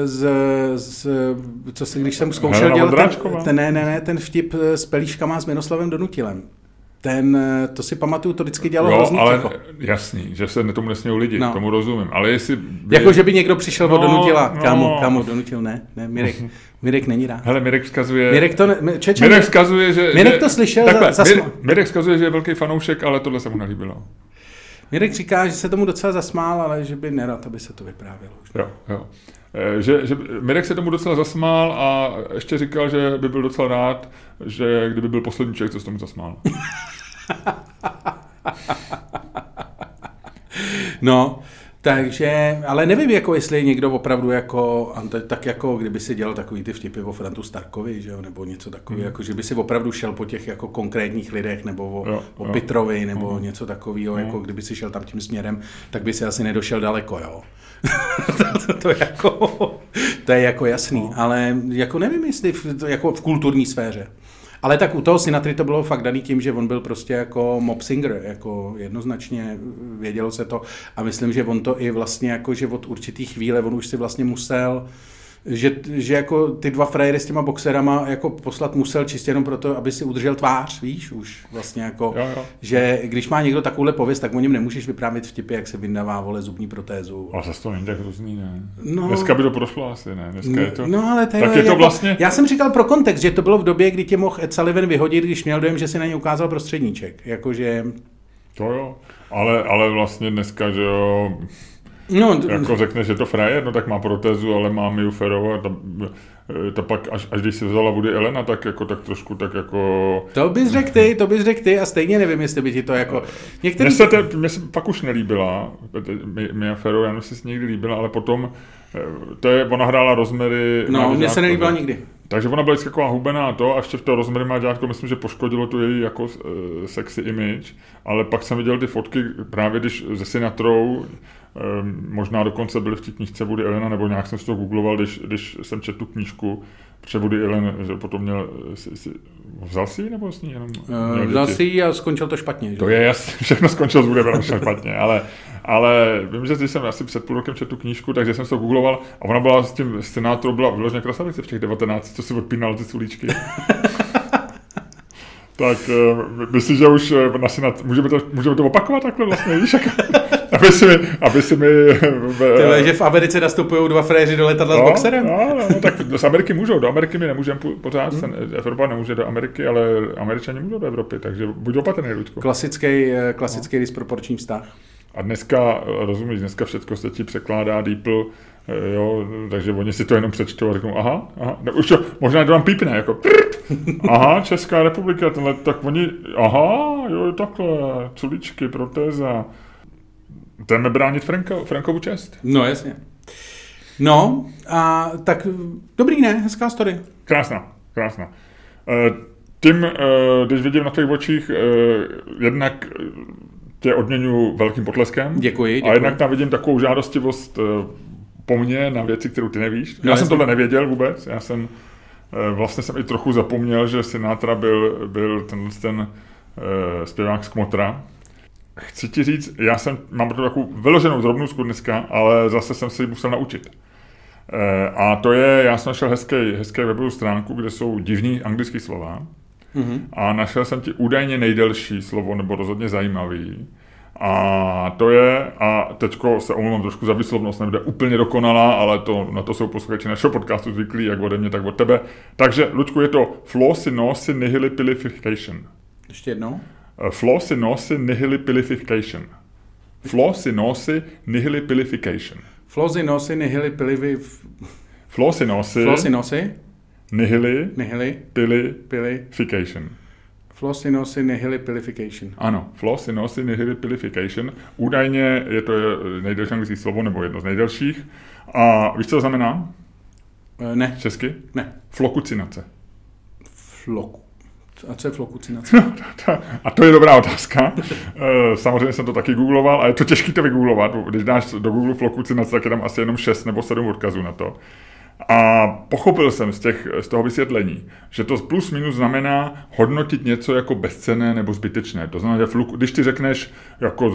když jsem zkoušel dělat ten vtip s pelíškama s Minoslavem Donutilem. To si pamatuju, to vždycky dělalo hrozný ticho. Jasný, že se tomu nesmějou lidi, tomu rozumím, ale jestli... Jako, že by někdo přišel od Donutila, kámo, Donutil, ne, Mirek není rád. Hele, Mirek vzkazuje... Mirek vzkazuje, že... Mirek to slyšel Mirek vzkazuje, že je velký fanoušek, ale tohle se mu nelíbilo. Mirek říká, že se tomu docela zasmál, ale že by nerad, aby se to vyprávělo. Jo. Že Mirek se tomu docela zasmál a ještě říkal, že by byl docela rád, že kdyby byl poslední člověk, co se tomu zasmál. No, takže, ale nevím, jako jestli někdo opravdu jako, tak jako kdyby si dělal takový ty vtipy o Frantu Starkovi, že jo, nebo něco takového, jako že by si opravdu šel po těch jako konkrétních lidech, nebo o Pitrovi, nebo něco takového, jako kdyby si šel tam tím směrem, tak by si asi nedošel daleko, jo. To je jako jasný, ale jako nevím, jestli jako v kulturní sféře. Ale tak u toho Sinatry to bylo fakt daný tím, že on byl prostě jako mob singer, jako jednoznačně vědělo se to a myslím, že on to i vlastně jako, že od určitý chvíle on už si vlastně musel, že jako ty dva frajery s těma boxerama jako poslat musel čistě jenom proto, aby si udržel tvář, víš, už vlastně jako, jo. Že když má někdo takovouhle pověst, tak o něm nemůžeš vyprávět vtipy, jak se vyndává, vole, zubní protézu. Ale zase to není tak hrozný, ne? No, dneska by to prošlo asi, ne? Dneska je to... No, ale tak je to jako, vlastně... Já jsem říkal pro kontext, že to bylo v době, kdy tě mohl Ed Sullivan vyhodit, když měl dojem, že si na ně ukázal prostředníček, jakože... To jo, ale vlastně dneska, že jo... No, jako řekne, že to frajer, no tak má protézu, ale má Miu Ferrou a to pak, až když si vzala Woody Allena, tak trošku tak jako... To bys řekl ty a stejně nevím, jestli by ti to jako... Mně se pak už nelíbila, Mia Farrow, já nevím, jestli se někdy líbila, ale potom, ona hrála Rosemary... No, mně se nelíbila nikdy. Takže ona byla vždycky taková hubená a ještě v toho Rosemary má dělat, myslím, že poškodilo tu její jako sexy image, ale pak jsem viděl ty fotky právě když se Sinatrou, možná dokonce byly v té knížce Woody Allena, nebo nějak jsem si to googloval, když jsem četl tu knížku, protože Woody Allen, že potom měl, vzal si ji nebo s ní jenom? Vzal si ji a skončil to špatně. Že? To je jasné, všechno skončilo s Woody Allenem špatně, ale vím, že když jsem asi před půl rokem četl tu knížku, takže jsem se to googloval a ona byla s tím Sinatrou, byla vyloženě krasavice v těch 19, co si odpínala ty sulíčky. Tak myslím, že už můžeme to opakovat takhle vlastně, víš, aby si mi že v Americe nastupují dva fréři do letadla s boxerem? No, tak z Ameriky můžou, do Ameriky my nemůžeme pořád, Evropa nemůže do Ameriky, ale Američani můžou do Evropy, takže buď opatrný, Luďko. Klasický disproporční vztah. A dneska, rozumíš, dneska všechno se ti překládá DeepL, jo, takže oni si to jenom přečtou a řeknou, aha, no, už to, možná to vám pípne, jako, aha, Česká republika, tenhle, tak oni, aha, jo, takhle, culičky, protéza. Jdeme bránit Frankovu čest. No, jasně. No, a tak dobrý, ne? Hezká story. Krásná. Tím, když vidím na tvých očích, jednak tě odměňuji velkým potleskem. Děkuji. A jednak tam vidím takovou žádostivost po mně na věci, kterou ty nevíš. Já jsem tohle nevěděl vůbec. Já jsem vlastně jsem i trochu zapomněl, že Sinatra byl ten zpěvák z Kmotra. Chci ti říct, mám to takovou vyloženou drobnůstku dneska, ale zase jsem si ji musel naučit. A to je, já jsem našel hezké webovou stránku, kde jsou divný anglické slova. A našel jsem ti údajně nejdelší slovo, nebo rozhodně zajímavý. A to je, a teďko se omlouvám trošku za výslovnost, nebude úplně dokonalá, ale na to jsou posluchači našeho podcastu zvyklí, jak ode mě, tak od tebe. Takže, Luďku, je to flossinosis nihilipilification. Ještě jednou? Flossinosis nihilipilification. Flossinosis nihilipilification. Flossinosis nihilipilification. Flossinosis nihilipilification. Ano, flossinosis nihilipilification. Údajně je to nejdelší anglické slovo, nebo jedno z nejdelších. A víš, co to znamená? Ne. Česky? Ne. Flokucinace. A co je flokucinace? A to je dobrá otázka. Samozřejmě jsem to taky googloval a je to těžké to vygooglovat. Když dáš do Google flokucinace, tak je tam asi jenom 6 nebo 7 odkazů na to. A pochopil jsem z toho vysvětlení, že to plus minus znamená hodnotit něco jako bezcenné nebo zbytečné. To znamená, že když ty řekneš, jako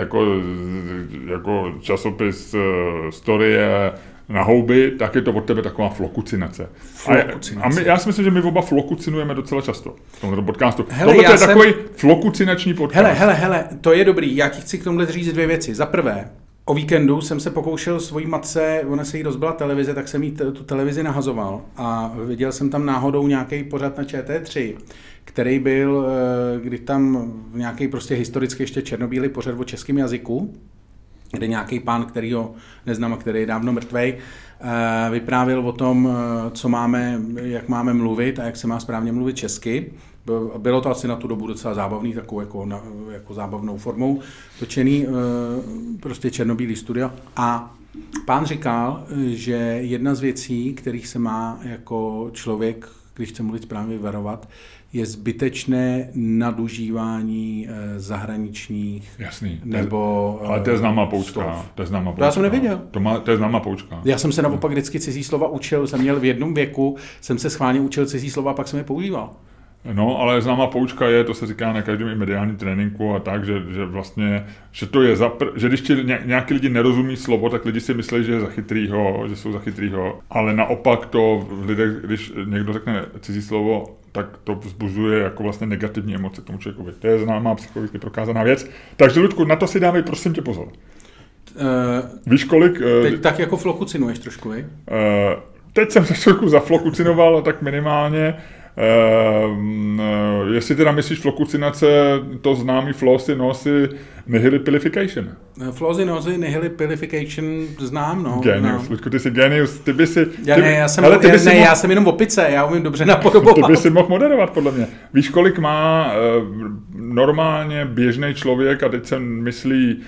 časopis Storie na houby, tak je to od tebe taková flokucinace. Já si myslím, že my oba flokucinujeme docela často v tomto podcastu. Tohle je takový flokucinační podcast. Hele, to je dobrý. Já ti chci k tomuhle říct 2 věci. Za prvé, o víkendu jsem se pokoušel svojí matce, ona se jí rozbila televize, tak jsem jí tu televizi nahazoval a viděl jsem tam náhodou nějaký pořad na ČT3, který byl, kdy tam nějaký prostě historicky ještě černobílý pořad o českém jazyku, kde nějaký pán, který ho neznám a který je dávno mrtvej, vyprávěl o tom, jak máme mluvit a jak se má správně mluvit česky. Bylo to asi na tu dobu docela zábavný, takovou jako zábavnou formou točený, prostě černobílý studio. A pán říkal, že jedna z věcí, kterých se má jako člověk, když chce mluvit správně, vyvarovat, je zbytečné nadužívání zahraničních. Jasný. Nebo ale to je známá poučka. To já jsem nevěděl. To je známá poučka. Já jsem se naopak vždycky cizí slova učil, jsem měl v jednom věku, jsem se schválně učil cizí slova a pak jsem je používal. No, ale známá poučka je, to se říká na každém mediálním tréninku a tak, že vlastně, že to je že když ti nějaký lidi nerozumí slovo, tak lidi si myslí, že jsou za chytrýho, ale naopak to v lidech, když někdo řekne cizí slovo, tak to vzbuzuje jako vlastně negativní emoce k tomu člověkovi. To je známá psychologicky prokázaná věc. Takže, Ludku, na to si dávej prosím tě pozor. Víš kolik... Teď tak jako flokucinuješ trošku, vej? Teď jsem se trošku zaflokucinoval, tak minimálně. Jestli teda myslíš flokucinace, to známý flossinosis nihilipilification. Flossinosis nihilipilification znám, no. Genius, Luďku, ty jsi genius, ty by si... Já jsem jenom v opice, já umím dobře napodobovat. Ty by si mohl moderovat, podle mě. Víš, kolik má normálně běžný člověk, a teď se myslí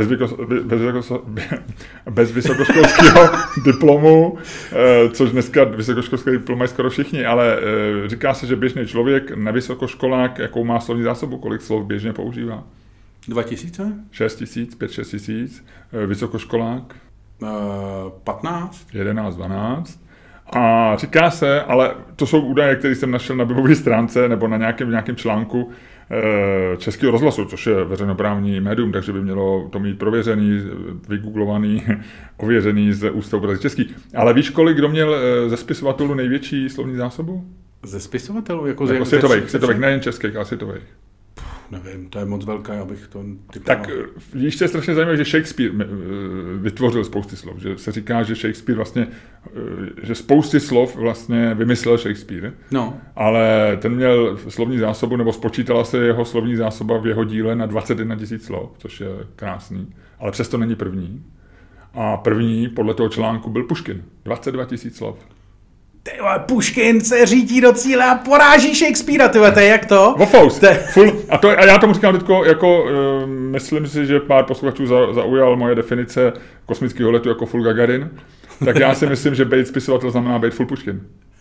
bez vysokoškolského diplomu, což dneska vysokoškolské diplom mají skoro všichni, ale říká se, že běžný člověk na vysokoškolák, jakou má slovní zásobu, kolik slov běžně používá? 2000? 6000, 5-6 tisíc, vysokoškolák? 15? 11, 12. A říká se, ale to jsou údaje, které jsem našel na webové stránce nebo na nějakém článku Českého rozhlasu, což je veřejnoprávní médium, takže by mělo to mít prověřený, vygooglovaný, ověřený z Ústavu pro český. Ale víš, kdo měl ze spisovatelů největší slovní zásobu? Ze spisovatelů? Jako světových, nejen českých, ale světových. Nevím, to je moc velké, abych to typoval. Tak víš, to je strašně zajímavé, že Shakespeare vytvořil spousty slov. Že se říká, že Shakespeare vlastně, že spousty slov vlastně vymyslel Shakespeare. No. Ale ten měl slovní zásobu, nebo spočítala se jeho slovní zásoba v jeho díle na 21 000 slov, což je krásný. Ale přesto není první. A první, podle toho článku, byl Puškin. 22 000 slov. Tyhle, Puškin se řítí do cíle a poráží Shakespearea, tyhle, to je jak to? Vofous. A já tomu říkám teďko, jako myslím si, že pár posluchačů zaujal moje definice kosmického letu jako full Gagarin, tak já si myslím, že být spisovatel znamená být full Puškin.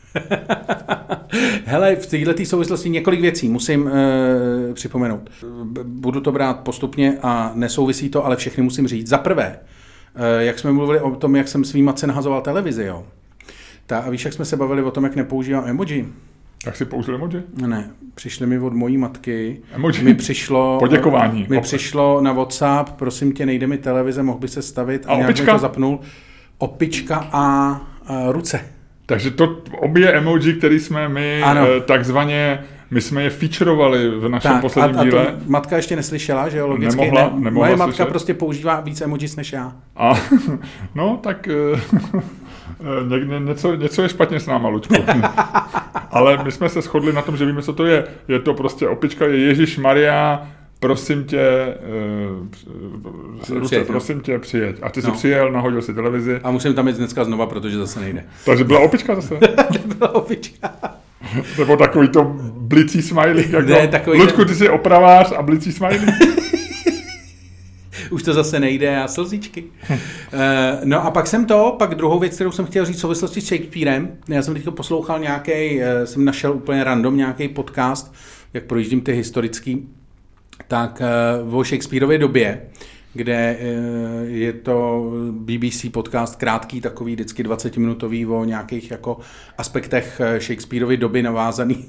Hele, v této souvislosti několik věcí musím připomenout. Budu to brát postupně a nesouvisí to, ale všechny musím říct. Za prvé, jak jsme mluvili o tom, jak jsem svý matce nahazoval televizi, jo. A víš, jak jsme se bavili o tom, jak nepoužívám emoji? Tak si použil emoji? Ne, přišly mi od mojí matky. Emoji? Mi přišlo poděkování. Mi přišlo na WhatsApp, prosím tě, nejde mi televize, mohl by se stavit a nějak mi to zapnul. Opička a ruce. Takže to obě emoji, které jsme my takzvaně, my jsme je featurovali v našem posledním díle. To matka ještě neslyšela, že jo, logicky. Nemohla moje matka slyšet. prostě používá víc emojis než já. No, tak něco je špatně s náma, Luďku. Ale my jsme se shodli na tom, že víme, co to je. Je to prostě opička, je Ježíšmarja, prosím tě, prosím tě, přijeď. A ty jsi přijel, nahodil si televizi. A musím tam jít dneska znova, protože zase nejde. Takže byla opička zase? Byla opička. Nebo takový to blicí smiley. Jako, ne, takový Luďku, ty jsi opravář a blicí smiley. Už to zase nejde a slzičky. No a pak druhou věc, kterou jsem chtěl říct v souvislosti s Shakespearem. Já jsem teď poslouchal jsem našel úplně random nějaký podcast, jak projíždím ty historický, tak o Shakespearově době, kde je to BBC podcast krátký, takový vždycky 20-minutový o nějakých jako aspektech Shakespearovy doby navázaný.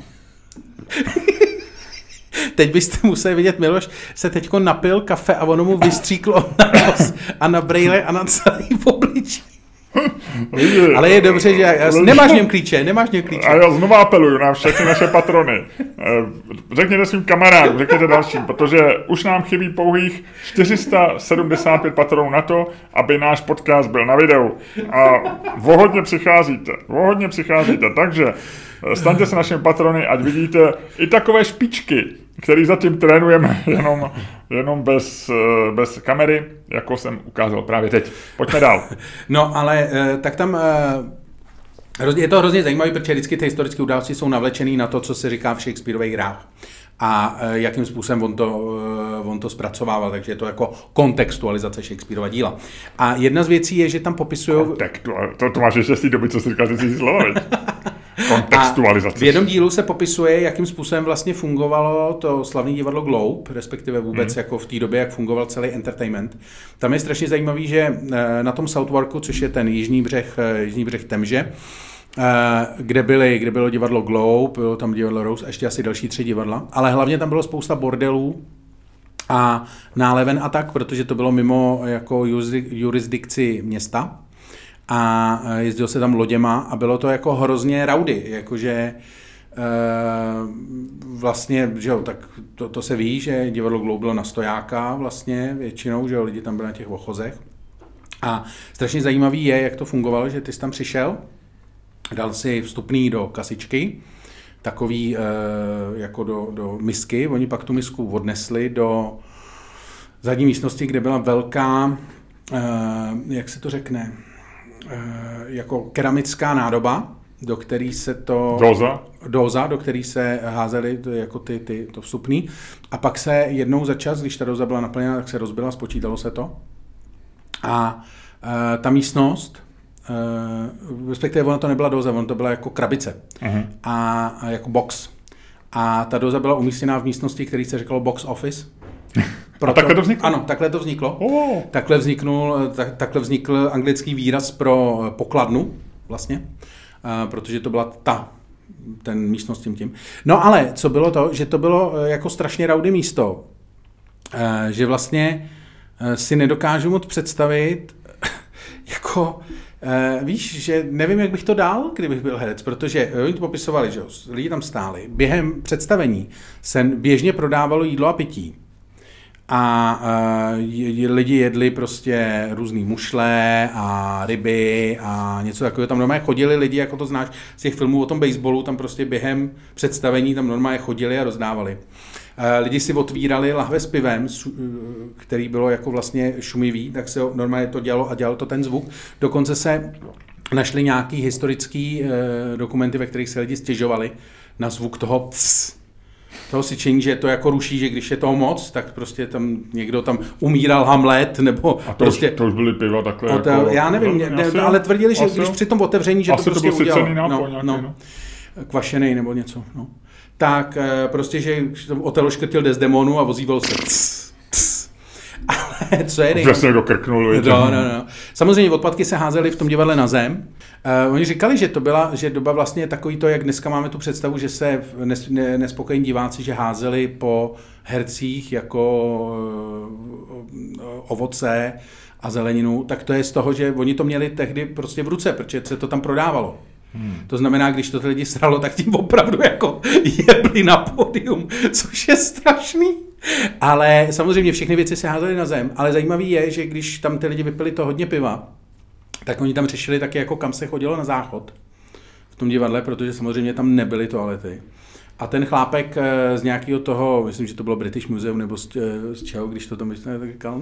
Teď byste museli vidět, Miloš se teďko napil kafe a ono mu vystříklo na nos a na brejle a na celý obličej. Ale je dobře, že nemáš v něm klíče. A já znovu apeluju na všechny naše patrony. Řekněte svým kamarádům, řekněte dalším, protože už nám chybí pouhých 475 patronů na to, aby náš podcast byl na videu. A vohodně přicházíte, takže staňte se našimi patrony, ať vidíte i takové špičky, které zatím trénujeme jenom bez kamery, jako jsem ukázal právě teď. Pojďme dál. No, ale tak tam je to hrozně zajímavé, protože vždycky ty historické události jsou navlečený na to, co se říká v Shakespearových hrách. A jakým způsobem on to zpracovával, takže je to jako kontextualizace Shakespearova díla. A jedna z věcí je, že tam popisují... To máš ještě z té doby, co jsi říkal, že jsi slova, kontextualizace. A v jednom dílu se popisuje, jakým způsobem vlastně fungovalo to slavné divadlo Globe, respektive vůbec jako v té době, jak fungoval celý entertainment. Tam je strašně zajímavý, že na tom Southwarku, což je ten jižní břeh Temže, kde bylo divadlo Globe, bylo tam divadlo Rose a ještě asi další 3 divadla, ale hlavně tam bylo spousta bordelů a náleven a tak, protože to bylo mimo jako jurisdikci města. A jezdil se tam loděma a bylo to jako hrozně rowdy, jakože vlastně, že jo, tak to se ví, že divadlo Globe bylo na stojáka vlastně většinou, že jo, lidi tam byli na těch ochozech. A strašně zajímavý je, jak to fungovalo, že ty jsi tam přišel, dal si vstupný do kasičky, takový jako do misky, oni pak tu misku odnesli do zadní místnosti, kde byla velká, jak se to řekne, jako keramická nádoba, do který se to... Dóza, do který se házely jako to vstupný. A pak se jednou za čas, když ta dóza byla naplněna, tak se rozbila, spočítalo se to. A ta místnost, respektive ona to nebyla dóza, ona to byla jako krabice. Uh-huh. A jako box. A ta dóza byla umístěná v místnosti, který se říkalo box office. A takhle to vzniklo? Ano, takhle to vzniklo. Takhle vznikl anglický výraz pro pokladnu vlastně, protože to byla ten místnost tím. No ale co bylo to, že to bylo jako strašně rowdy místo, že vlastně si nedokážu moc představit jako Víš, že nevím, jak bych to dal, kdybych byl herec, protože oni to popisovali, že lidi tam stáli. Během představení se běžně prodávalo jídlo a pití. A lidi jedli prostě různý mušle a ryby a něco takového. Tam normálně chodili lidi, jako to znáš z těch filmů o tom baseballu, tam prostě během představení tam normálně chodili a rozdávali. Lidi si otvírali lahve s pivem, který bylo jako vlastně šumivý, tak se normálně to dělalo a dělalo to ten zvuk. Dokonce se našli nějaký historický dokumenty, ve kterých se lidi stěžovali na zvuk toho syčení, že to jako ruší, že když je toho moc, tak prostě tam někdo tam umíral Hamlet, nebo a to prostě... To už byly piva takhle jako... Já nevím, ale tvrdili, že když při tom otevření, že to prostě udělalo. Kvašenej nebo něco, no. Tak prostě, že Otelo škrtil Desdemonu a vozíval se. Ale co je nejvíc? Někdo krknul. No. Samozřejmě odpadky se házely v tom divadle na zem. Oni říkali, že doba vlastně takový to, jak dneska máme tu představu, že se nespokojení diváci, že házeli po hercích jako ovoce a zeleninu, tak to je z toho, že oni to měli tehdy prostě v ruce, protože se to tam prodávalo. To znamená, když to ty lidi sralo, tak tím opravdu jako jebli na pódium, což je strašný. Ale samozřejmě všechny věci se házely na zem, ale zajímavý je, že když tam ty lidi vypili to hodně piva, tak oni tam řešili taky, jako kam se chodilo na záchod v tom divadle, protože samozřejmě tam nebyly toalety. A ten chlápek z nějakého toho, myslím, že to bylo British Museum nebo z čeho, když to tam myslel, tak říkal,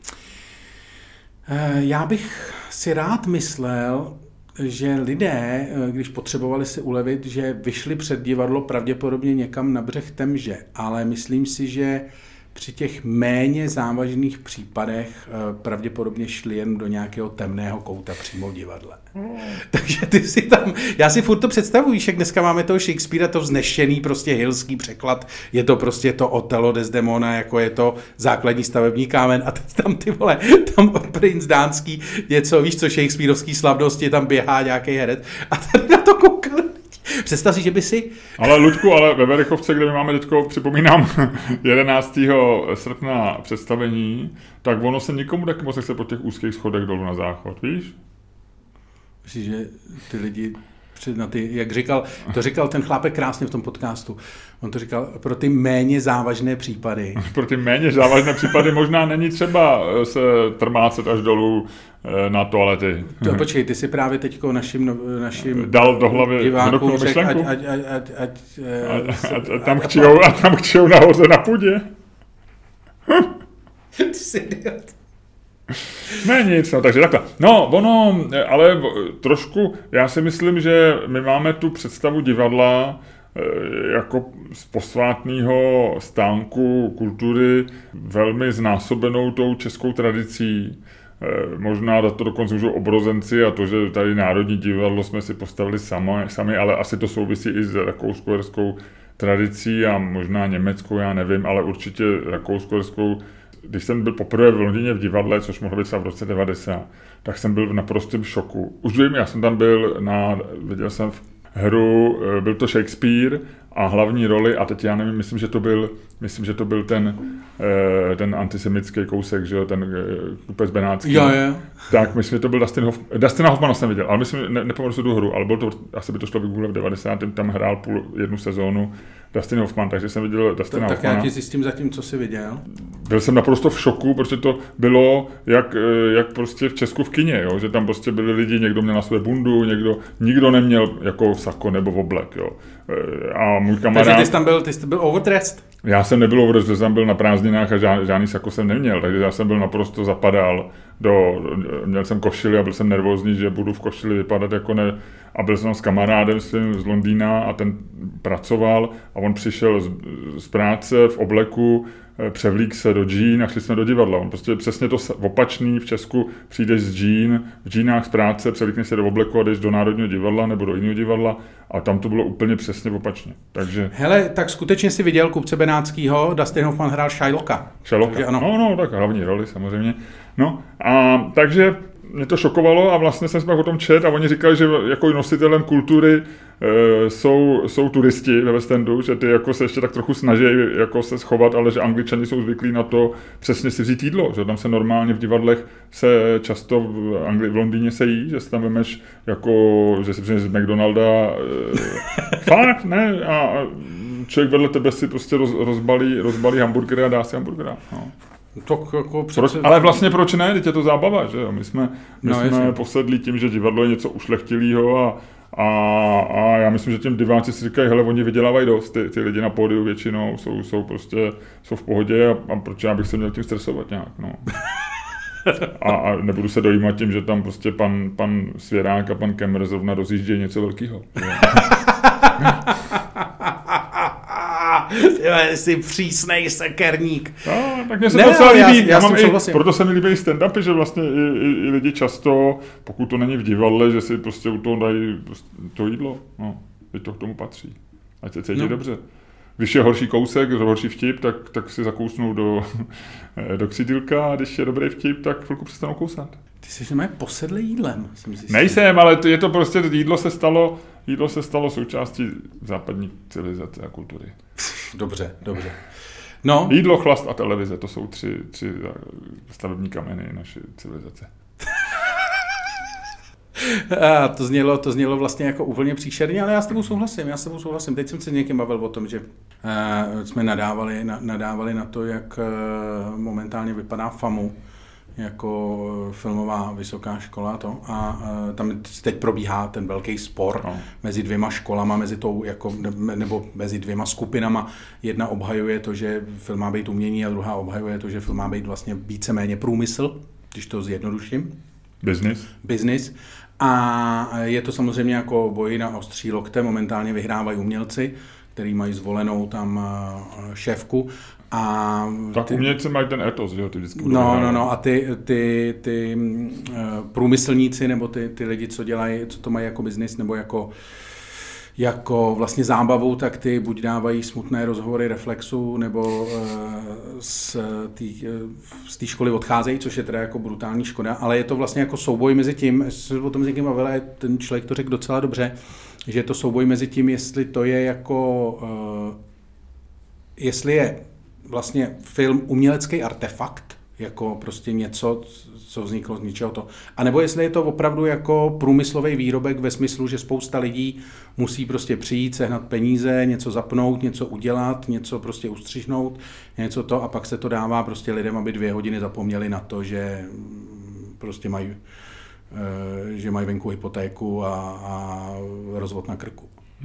já bych si rád myslel, že lidé, když potřebovali si ulevit, že vyšli před divadlo pravděpodobně někam na břeh Temže, ale myslím si, že při těch méně závažných případech pravděpodobně šli jen do nějakého temného kouta přímo v divadle. Takže ty si tam, já si furt to představuji, jak dneska máme toho Shakespearea, to vznešený prostě hilský překlad, je to prostě to Otelo Desdemona, jako je to základní stavební kámen a teď tam ty vole, tam princ dánský, něco, víš co, Shakespearovský slavnosti, tam běhá nějaký herec a tady na to koukali. Představ si, že by si... Ale Luďku, ale ve Verichovce, kde my máme teďko, připomínám, 11. srpna představení, tak ono se nikomu taky moc nechce po těch úzkých schodech dolů na záchod, víš? Myslíš, že ty lidi na ty, jak říkal, to říkal ten chlápek krásně v tom podcastu, on to říkal pro ty méně závažné případy. Pro ty méně závažné případy možná není třeba se trmácet až dolů na toalety. Počkej, ty si právě teďko našim dal do hlavy divákům řekl, ať tam kčijou nahoře na půdě. Ty jsi idiot. Ne nic, no, takže takhle. No, ono, ale trošku, já si myslím, že my máme tu představu divadla jako z posvátného stánku kultury velmi znásobenou tou českou tradicí. Možná to dokonce můžou obrozenci a to, že tady Národní divadlo jsme si postavili sami, ale asi to souvisí i s rakousko-uherskou tradicí a možná německou, já nevím, ale určitě rakousko-uherskou. Když jsem byl poprvé v Londýně v divadle, což mohlo být v roce 90, tak jsem byl v naprostém šoku. Už vím, já jsem tam byl viděl jsem hru, byl to Shakespeare a hlavní roli, a teď já nevím, myslím, že to byl ten antisemický kousek, že jo, ten kupec benátský. Jo. Tak myslím, že to byl Dustina Hoffmana jsem viděl, ale myslím, nepamatuji si tu hru, ale byl to, asi by to šlo v 90. tam hrál jednu sezónu Dustin Hoffman, takže jsem viděl Dustina Hoffmana. Tak já ti zjistím zatím, co jsi viděl. Byl jsem naprosto v šoku, protože to bylo jak prostě v Česku v kině, jo? Že tam prostě byli lidi, někdo měl na své bundu, nikdo neměl jako sako nebo oblek, jo. A můj kamarád... Takže ty jsi byl overdressed? Já jsem nebyl overdressed, jsem byl na prázdninách a žádný sako jsem neměl, takže já jsem byl naprosto zapadal měl jsem košili a byl jsem nervózní, že budu v košili vypadat jako ne... A byl jsem s kamarádem svým z Londýna a ten pracoval a on přišel z práce v obleku, převlík se do džín a šli jsme do divadla. On prostě přesně to opačný v Česku, přijdeš z džín, v džínách z práce, převlíkneš se do obleku a jdeš do Národního divadla nebo do jiného divadla a tam to bylo úplně přesně opačně. Takže... Hele, tak skutečně si viděl kupce benátskýho, Dustin Hoffman hrál Shylocka. Takže ano. No, tak hlavní roli samozřejmě. No a takže mě to šokovalo a vlastně jsem si o tom čet a oni říkali, že jako nositelem kultury jsou turisti ve West Endu, že ty jako se ještě tak trochu snaží jako se schovat, ale že Angličani jsou zvyklí na to přesně si vzít jídlo, že tam se normálně v divadlech se často v Londýně se jí, že si tam vemeš jako, že si přineš z McDonalda fakt, ne? A člověk vedle tebe si prostě rozbalí hamburgery a dá si hamburgera. No. To jako přece... Ale vlastně proč ne? Teď je to zábava, že jo? My jsme posedlí tím, že divadlo je něco ušlechtilýho a já myslím, že těm diváci si říkají, hele, oni vydělávají dost, ty lidi na pódiu většinou jsou v pohodě a proč já bych se měl tím stresovat nějak, no. A nebudu se dojímat tím, že tam prostě pan Svěrák a pan Kemmer zrovna rozjíždějí něco velkého. Jsi přísnej sekerník. No, tak mě se to docela líbí. Proto se mi líbí stand-upy, že vlastně i lidi často, pokud to není v divadle, že si prostě u toho dají to jídlo. No, teď to k tomu patří. Ať se cítí dobře. Když je horší kousek, horší vtip, tak si zakousnou do křidýlka a když je dobrý vtip, tak chvilku přestanou kousat. Ty jsi že posedlý jídlem. Nejsem, ale je to prostě, jídlo se stalo součástí západní civilizace a kultury. Dobře. No. Jídlo, chlast a televize, to jsou tři stavební kameny naší civilizace. To znělo vlastně jako úplně příšerně, ale já s tebou souhlasím. Teď jsem se někým bavil o tom, že jsme nadávali na to, jak momentálně vypadá FAMU jako filmová vysoká škola a tam teď probíhá ten velký spor mezi dvěma školama, nebo mezi dvěma skupinama. Jedna obhajuje to, že film má být umění a druhá obhajuje to, že film má být vlastně víceméně průmysl, když to zjednoduším. Business. A je to samozřejmě jako boj na ostří lokte, momentálně vyhrávají umělci, který mají zvolenou tam šéfku. Tak umělci mají ten etos, že jo, ty vždycky No, a ty průmyslníci, nebo ty lidi, co to mají jako biznis, nebo jako vlastně zábavu, tak ty buď dávají smutné rozhovory Reflexu, nebo z té školy odcházejí, což je teda jako brutální škoda, ale je to vlastně jako souboj mezi tím, o tom s někým bavil, ten člověk to řekl docela dobře, že je to souboj mezi tím, jestli to je jako, jestli je vlastně film umělecký artefakt, jako prostě něco, co vzniklo z ničeho to. A nebo jestli je to opravdu jako průmyslový výrobek ve smyslu, že spousta lidí musí prostě přijít, sehnat peníze, něco zapnout, něco udělat, něco prostě ustřihnout, něco to a pak se to dává prostě lidem, aby 2 hodiny zapomněli na to, že prostě mají venku hypotéku a rozvod na krku.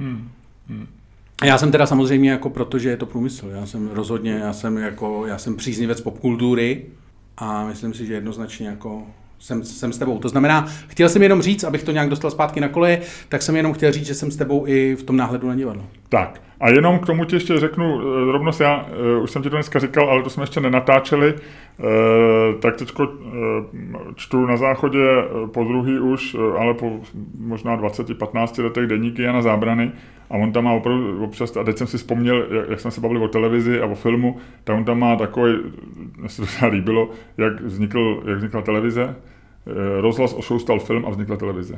Já jsem teda samozřejmě jako protože je to průmysl. Já jsem příznivec popkultury a myslím si, že jednoznačně jako jsem s tebou. To znamená, chtěl jsem jenom říct, abych to nějak dostal zpátky na koleje, tak jsem jenom chtěl říct, že jsem s tebou i v tom náhledu na divadlo. Tak a jenom k tomu ti ještě řeknu rovnost, já už jsem ti to dneska říkal, ale to jsme ještě nenatáčeli, tak teďko čtu na Záchodě podruhý už, ale po možná 20-15 letech deníky Jana Zábrany a on tam má opravdu občas, a teď jsem si vzpomněl, jak jsme se bavili o televizi a o filmu, tak on tam má takový, mně se to líbilo, jak vznikla televize, rozhlas ošoustal film a vznikla televize.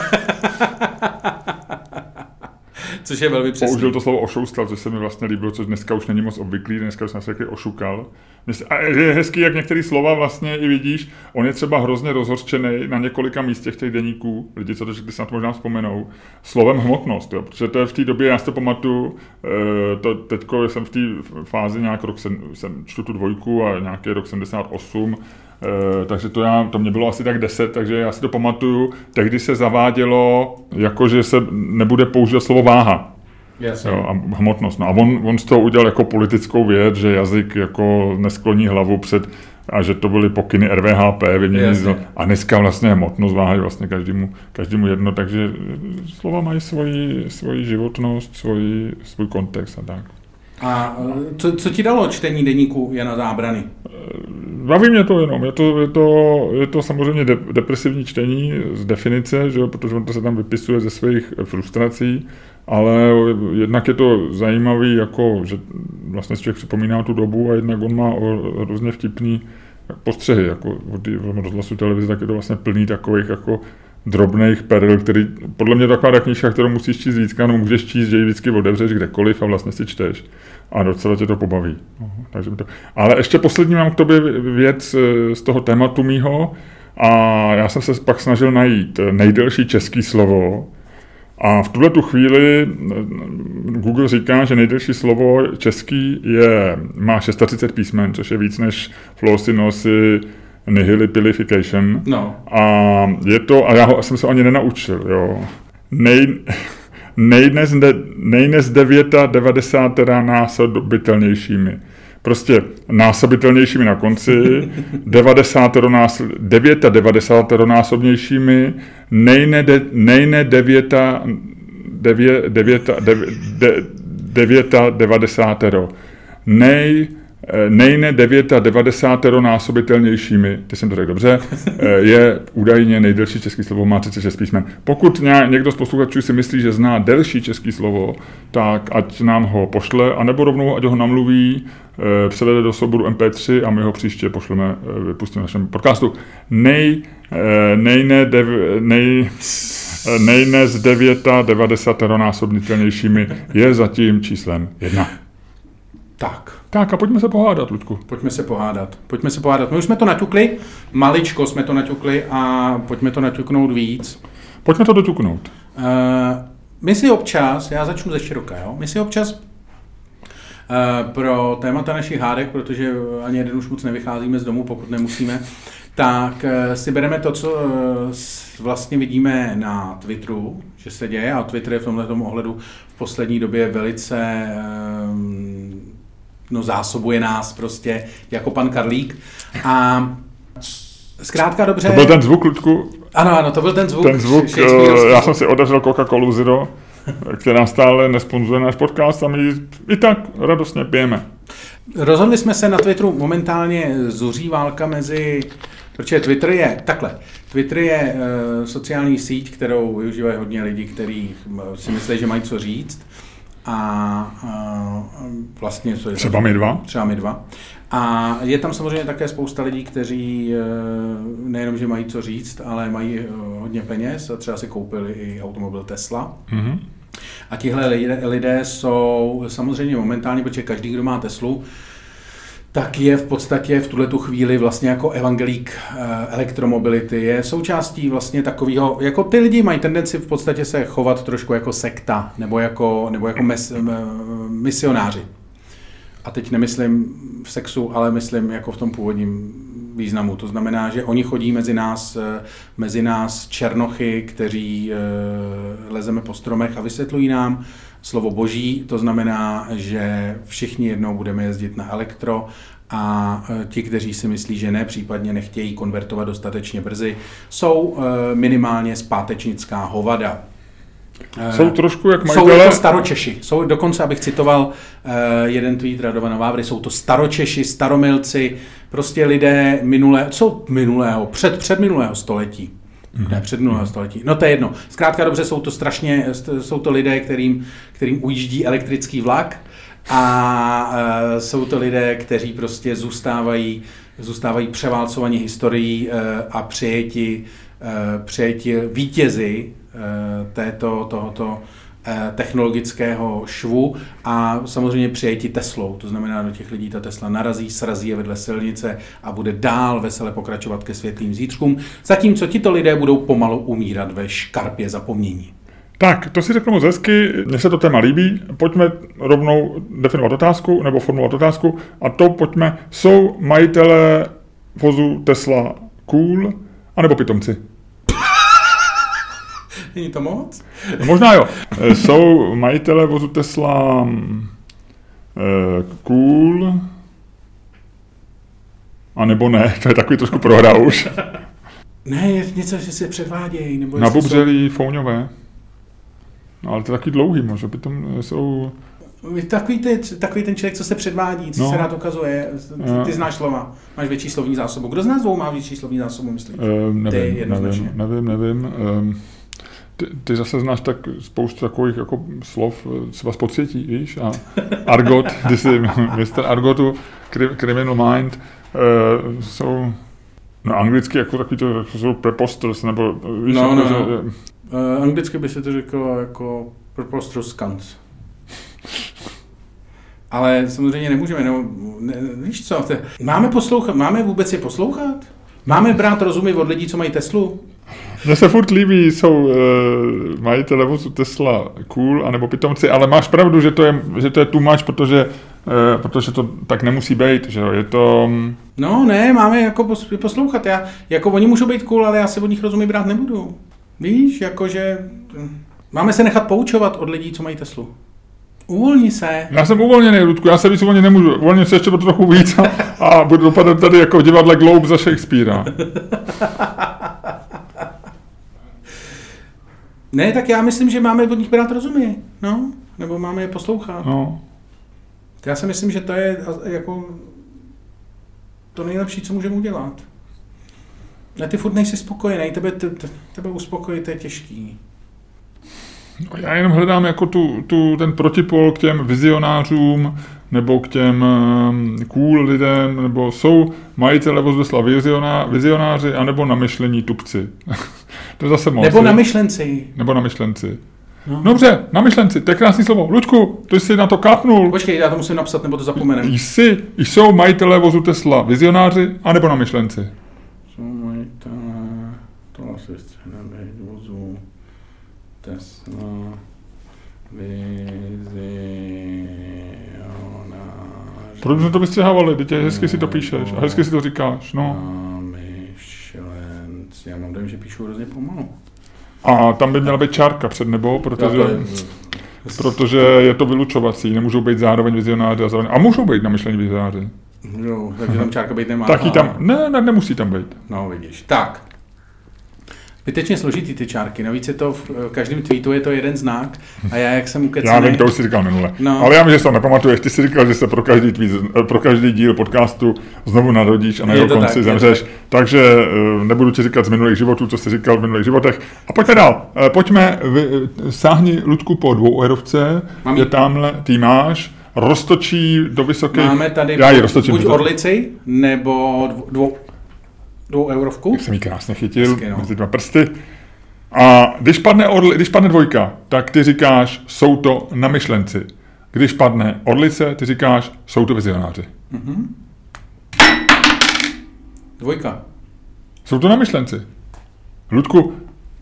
Což je velmi přesný. Použil to slovo ošoustal, což se mi vlastně líbilo, což dneska už není moc obvyklý, dneska už jsem se ošukal. A je hezký, jak některé slova vlastně i vidíš, on je třeba hrozně rozhořčený na několika místech těch deníků, lidi, co to řekli, si na to možná vzpomenou, slovem hmotnost, jo, protože to je v té době, já si to pamatuju, teďko jsem v té fázi nějak rok, jsem čtu tu 2 a nějaký rok 78, takže to mě bylo asi tak 10, takže já si to pamatuju, tehdy se zavádělo, jakože se nebude používat slovo váha. Jo, a hmotnost. No a on z toho udělal jako politickou věc, že jazyk jako neskloní hlavu před, a že to byly pokyny RVHP, a dneska vlastně hmotnost váhají vlastně každému jedno, takže slova mají svoji životnost, svůj kontext a tak. A co ti dalo čtení deníku Jana Zábrany? Baví mě to jenom, je to samozřejmě depresivní čtení z definice, že jo, protože on to se tam vypisuje ze svých frustrací, ale jednak je to zajímavý, jako, že vlastně člověk připomíná tu dobu a jednak on má různě vtipný postřehy, jako od rozhlasu televize, tak je to vlastně plný takových jako drobných peril, který podle mě taková knížka, kterou musíš číst víckrát, no můžeš číst, že ji vždycky otevřeš kdekoliv a vlastně si čteš. A docela tě to pobaví. Takže to. Ale ještě poslední mám k tobě věc z toho tématu mýho a já jsem se pak snažil najít nejdelší český slovo a v tuhletu chvíli Google říká, že nejdelší slovo český má 630 písmen, což je víc než flosy, nosy, nihily, pilification. No. A je to, a jsem se ani nenaučil, jo. Nejne z 99 násobitelnějšími. Prostě násobitelnějšími na konci, 99 násobnějšími, nejne 99 nejne 99 násobitelnějšími, ty jsem to řekl dobře, je údajně nejdelší český slovo, má 36 písmen. Pokud někdo z posluchačů si myslí, že zná delší český slovo, tak ať nám ho pošle, anebo rovnou, ať ho namluví, převede do souboru MP3 a my ho příště vypustíme v našem podcastu. Nejne z 99 násobitelnějšími je zatím číslem 1. Tak a pojďme se pohádat, Luďku. Pojďme se pohádat. My už jsme to naťukli, maličko jsme to naťukli a pojďme to naťuknout víc. Pojďme to doťuknout. My si občas, já začnu ze široka, jo? My si občas pro témata našich hádek, protože ani jeden už moc nevycházíme z domu, pokud nemusíme, tak si bereme to, co vlastně vidíme na Twitteru, že se děje, a Twitter je v tomto ohledu v poslední době velice zásobuje nás prostě jako pan Karlík. A zkrátka dobře... To byl ten zvuk, Luďku? Ano, to byl ten zvuk. Já jsem si otevřel Coca-Colu Zero, která stále nesponzuje náš podcast a my i tak radostně pijeme. Rozhodli jsme se na Twitteru, momentálně zuří válka mezi... Protože Twitter je sociální síť, kterou využívají hodně lidí, kteří si myslí, že mají co říct. A vlastně... Třeba my dva. A je tam samozřejmě také spousta lidí, kteří nejenom, že mají co říct, ale mají hodně peněz a třeba si koupili i automobil Tesla. Mm-hmm. A tihle lidé jsou samozřejmě momentálně, protože každý, kdo má Teslu, tak je v podstatě v tuhletu chvíli vlastně jako evangelík elektromobility. Je součástí vlastně takového, jako ty lidi mají tendenci v podstatě se chovat trošku jako sekta, nebo jako misionáři. A teď nemyslím v sexu, ale myslím jako v tom původním významu. To znamená, že oni chodí mezi nás černochy, kteří lezeme po stromech a vysvětlují nám slovo Boží. To znamená, že všichni jednou budeme jezdit na elektro a ti, kteří si myslí, že ne, případně nechtějí konvertovat dostatečně brzy, jsou minimálně zpátečnická hovada. Jsou trošku jak majitele... Jsou jako staročeši. Jsou dokonce, abych citoval jeden tweet Radovana Vávry, jsou to staročeši, staromilci, prostě lidé předminulého století. Mm-hmm. Ne, předminulého století. No to je jedno. Zkrátka dobře, jsou to lidé, kterým ujíždí elektrický vlak a jsou to lidé, kteří prostě zůstávají převálcovaní historií a přejeti vítězi tohoto technologického švu a samozřejmě přijetí Teslou. To znamená, do těch lidí ta Tesla narazí, srazí je vedle silnice a bude dál vesele pokračovat ke světlým zítřkům, zatímco tito lidé budou pomalu umírat ve škarpě zapomnění. Tak, to si řeknu moc hezky, mně se to téma líbí, pojďme rovnou definovat otázku, nebo formulovat otázku, a to pojďme, jsou majitelé vozu Tesla cool, anebo pitomci? Není to moc? Možná jo. Jsou majitelé vozu Tesla cool, anebo ne, to je takový trošku prohra už. Ne, je něco, že se předvádějí. Nebo nabubřelí fouňové. No, ale to je taky dlouhý, možná by tam jsou... Takový ten člověk, co se předvádí, co se rád ukazuje. Ty znáš slova, máš větší slovní zásobu. Kdo z nás dvou má větší slovní zásobu, myslíš? Nevím. Ty zase znáš tak spoustu takových jako slov, třeba z podsvětí, víš? A argot, ty jsi Mr. Argotu, Criminal Mind, jsou... No anglicky jako takový to jsou preposterous, nebo víš, anglicky by se to řeklo jako preposterous cunts. Ale samozřejmě nemůžeme, víš co, máme vůbec je poslouchat? Máme brát rozumy od lidí, co mají Teslu? Mně se furt líbí, jsou majitele vozu Tesla cool, anebo pitomci, ale máš pravdu, že to je too much, protože to tak nemusí být, že jo, je to... No ne, máme jako poslouchat, jako oni můžou být cool, ale já se od nich rozumy brát nebudu. Víš, jakože máme se nechat poučovat od lidí, co mají Teslu. Uvolni se. Já jsem uvolněný, Ludku, já se víc uvolnit nemůžu. Uvolním se ještě trochu víc a budu dopadat tady jako v divadle Globe za Shakespearea. Ne, tak já myslím, že máme od nich brát rozumy, no, nebo máme je poslouchat. No. Já si myslím, že to je jako to nejlepší, co můžeme udělat. A ty furt nejsi spokojený, tebe uspokojit je těžký. Já jenom hledám jako ten protipol k těm vizionářům, nebo k těm cool lidem, nebo jsou majitele vozu Tesla vizionáři, anebo namyšlení tupci. To je zase moc. Nebo namyšlenci. No. Dobře, namyšlenci, to je krásný slovo. Luďku, ty jsi na to kápnul. Počkej, já to musím napsat, nebo to zapomenem. Jsou majitele vozu Tesla vizionáři, anebo namyšlenci? Jsou majitele, to asi střeneme vozu Tesla vizionáři. Proč jsme to vystřihávali? Teď hezky si to píšeš a hezky si to říkáš, no. Já mám dojem, že píšu hrozně pomalu. A tam by měla být čárka před nebo, protože je to vylučovací, nemůžou být zároveň vizionáři a zároveň... A můžou být namyšlení vizionáři. Jo, takže tam čárka být nemá. Taky tam, nemusí tam být. No vidíš, tak. Zbytečně složitý ty čárky, navíc je to v každém tweetu je to jeden znak a já jak jsem ukecaný... Já vím, to už si říkal minule, no. Ale já vím, že se to nepamatuješ, ty si říkal, že se pro každý díl podcastu znovu narodíš a na jeho konci zemřeš, takže nebudu ti říkat z minulých životů, co jsi říkal v minulých životech. A pojďme dál, sáhni, Ludku, po 2 eurovce, je tamhle, ty máš, roztočí do vysokých... Máme tady buď orlici, nebo 2 eurovku. Jak jsem ji krásně chytil, mezi 2 prsty. A když padne 2, tak ty říkáš, jsou to namyšlenci. Když padne orlice, ty říkáš, jsou to vizionáři. 2. Jsou to namyšlenci. Ludku.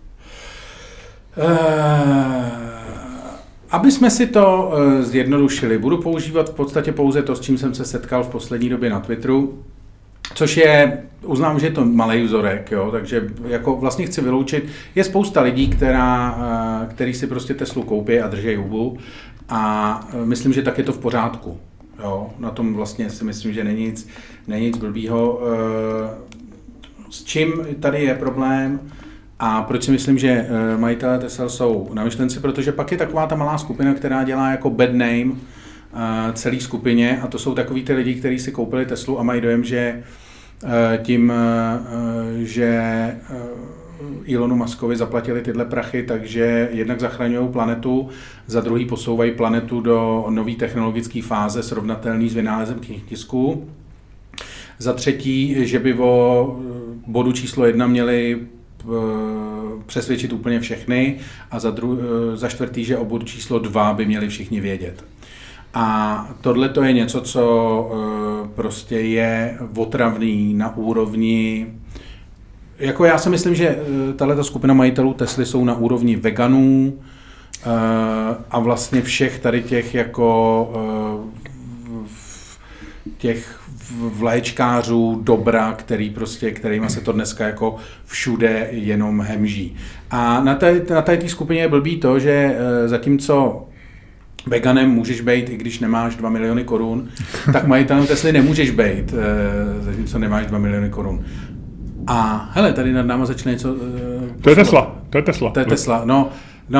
Aby jsme si to zjednodušili, budu používat v podstatě pouze to, s čím jsem se setkal v poslední době na Twitteru, což je, uznám, že je to malej vzorek, jo, takže jako vlastně chci vyloučit, je spousta lidí, který si prostě Teslu koupí a drží hubu a myslím, že tak je to v pořádku. Jo. Na tom vlastně si myslím, že není nic blbýho. S čím tady je problém a proč si myslím, že majitelé Tesla jsou namyšlenci, protože pak je taková ta malá skupina, která dělá jako bad name celé skupině a to jsou takový ty lidi, kteří si koupili Teslu a mají dojem, že tím, že Elonu Muskovi zaplatili tyhle prachy, takže jednak zachraňují planetu, za druhý posouvají planetu do nové technologické fáze srovnatelný s vynálezem knihtisku. Za třetí, že by o bodu číslo 1 měli přesvědčit úplně všechny a za čtvrtý, že o bodu číslo 2 by měli všichni vědět. A tohle to je něco, co prostě je otravný na úrovni, jako já si myslím, že tato skupina majitelů Tesly jsou na úrovni veganů a vlastně všech tady těch jako těch vlaječkářů dobra, kterýma se to dneska jako všude jenom hemží. A na té skupině je blbý to, že zatímco veganem můžeš být, i když nemáš 2 miliony korun, tak majitelem Tesly nemůžeš být, zatímco nemáš 2 miliony korun. A hele, tady nad náma začne něco... To je Tesla. To je Tesla, no.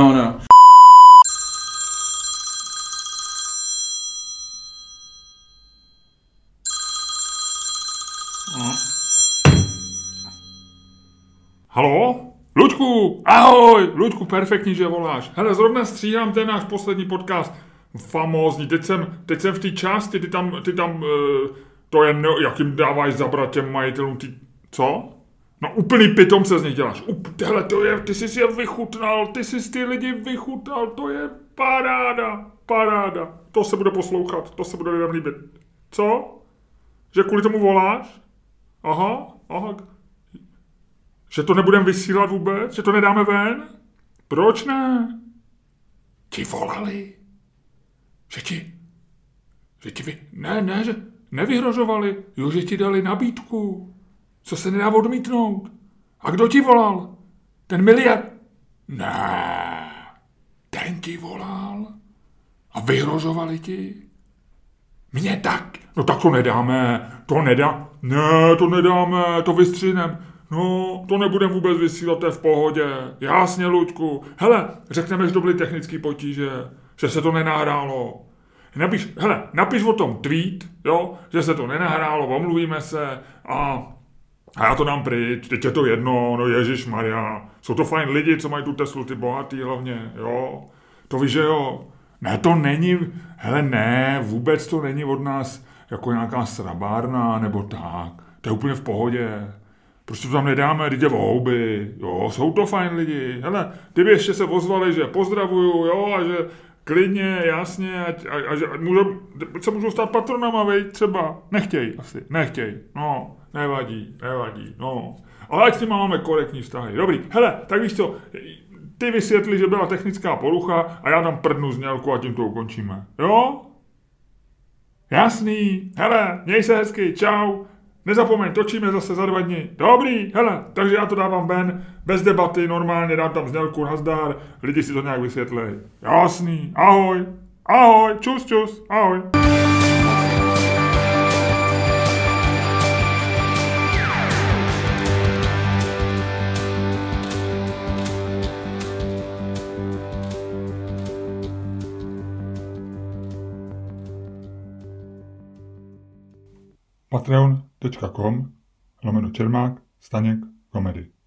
Haló? Luďku, ahoj! Luďku, perfektní, že voláš. Hele, zrovna stříhám ten náš poslední podcast. Famózní. Teď jsem v té části, ty tam to je, jak jim dáváš zabrat těm majitelům, co? No úplný pitom se z nich děláš. Hele, ty jsi je vychutnal, ty jsi ty lidi vychutnal, to je paráda. To se bude poslouchat, to se bude lidem líbit. Co? Že kvůli tomu voláš? Aha. Že to nebudeme vysílat vůbec? Že to nedáme ven? Proč ne? Ti volali. Že nevyhrožovali. Jo, že ti dali nabídku. Co se nedá odmítnout. A kdo ti volal? Ten miliard? Ne. Ten ti volal. A vyhrožovali ti? Mně tak. No tak to nedáme. Ne, to nedáme. To vystříneme. No, to nebudeme vůbec vysílat, to je v pohodě. Jasně, Luďku. Hele, řekneme, že to byly technické potíže. Že se to nenahrálo. Napiš o tom tweet, jo, že se to nenahrálo, omluvíme se a já to dám pryč, teď je to jedno, no ježišmarja, jsou to fajn lidi, co mají tu Teslu, ty bohatý hlavně, jo, to víš, že jo, ne, to není, ne, vůbec to není od nás jako nějaká srabárna, nebo tak, to je úplně v pohodě, prostě to tam nedáme, teď je v houby, jo, jsou to fajn lidi, hele, kdyby ještě se ozvali, že pozdravuju, jo, a že klidně, jasně, a že se můžou stát patronama, veď, třeba. Nechtěj, no, nevadí, no. Ale ať s tím máme korektní vztahy. Dobrý, hele, tak víš co, ty vysvětli, že byla technická porucha a já tam prdnu znělku a tím to ukončíme. Jo? Jasný, hele, měj se hezky, čau. Nezapomeň, točíme zase za 2 dny. Dobrý, hele, takže já to dávám ven, bez debaty, normálně dám tam znělku, nazdar, lidi si to nějak vysvětlej. Jasný, ahoj, čus, ahoj. Patreon.com/Čermák Staněk komedy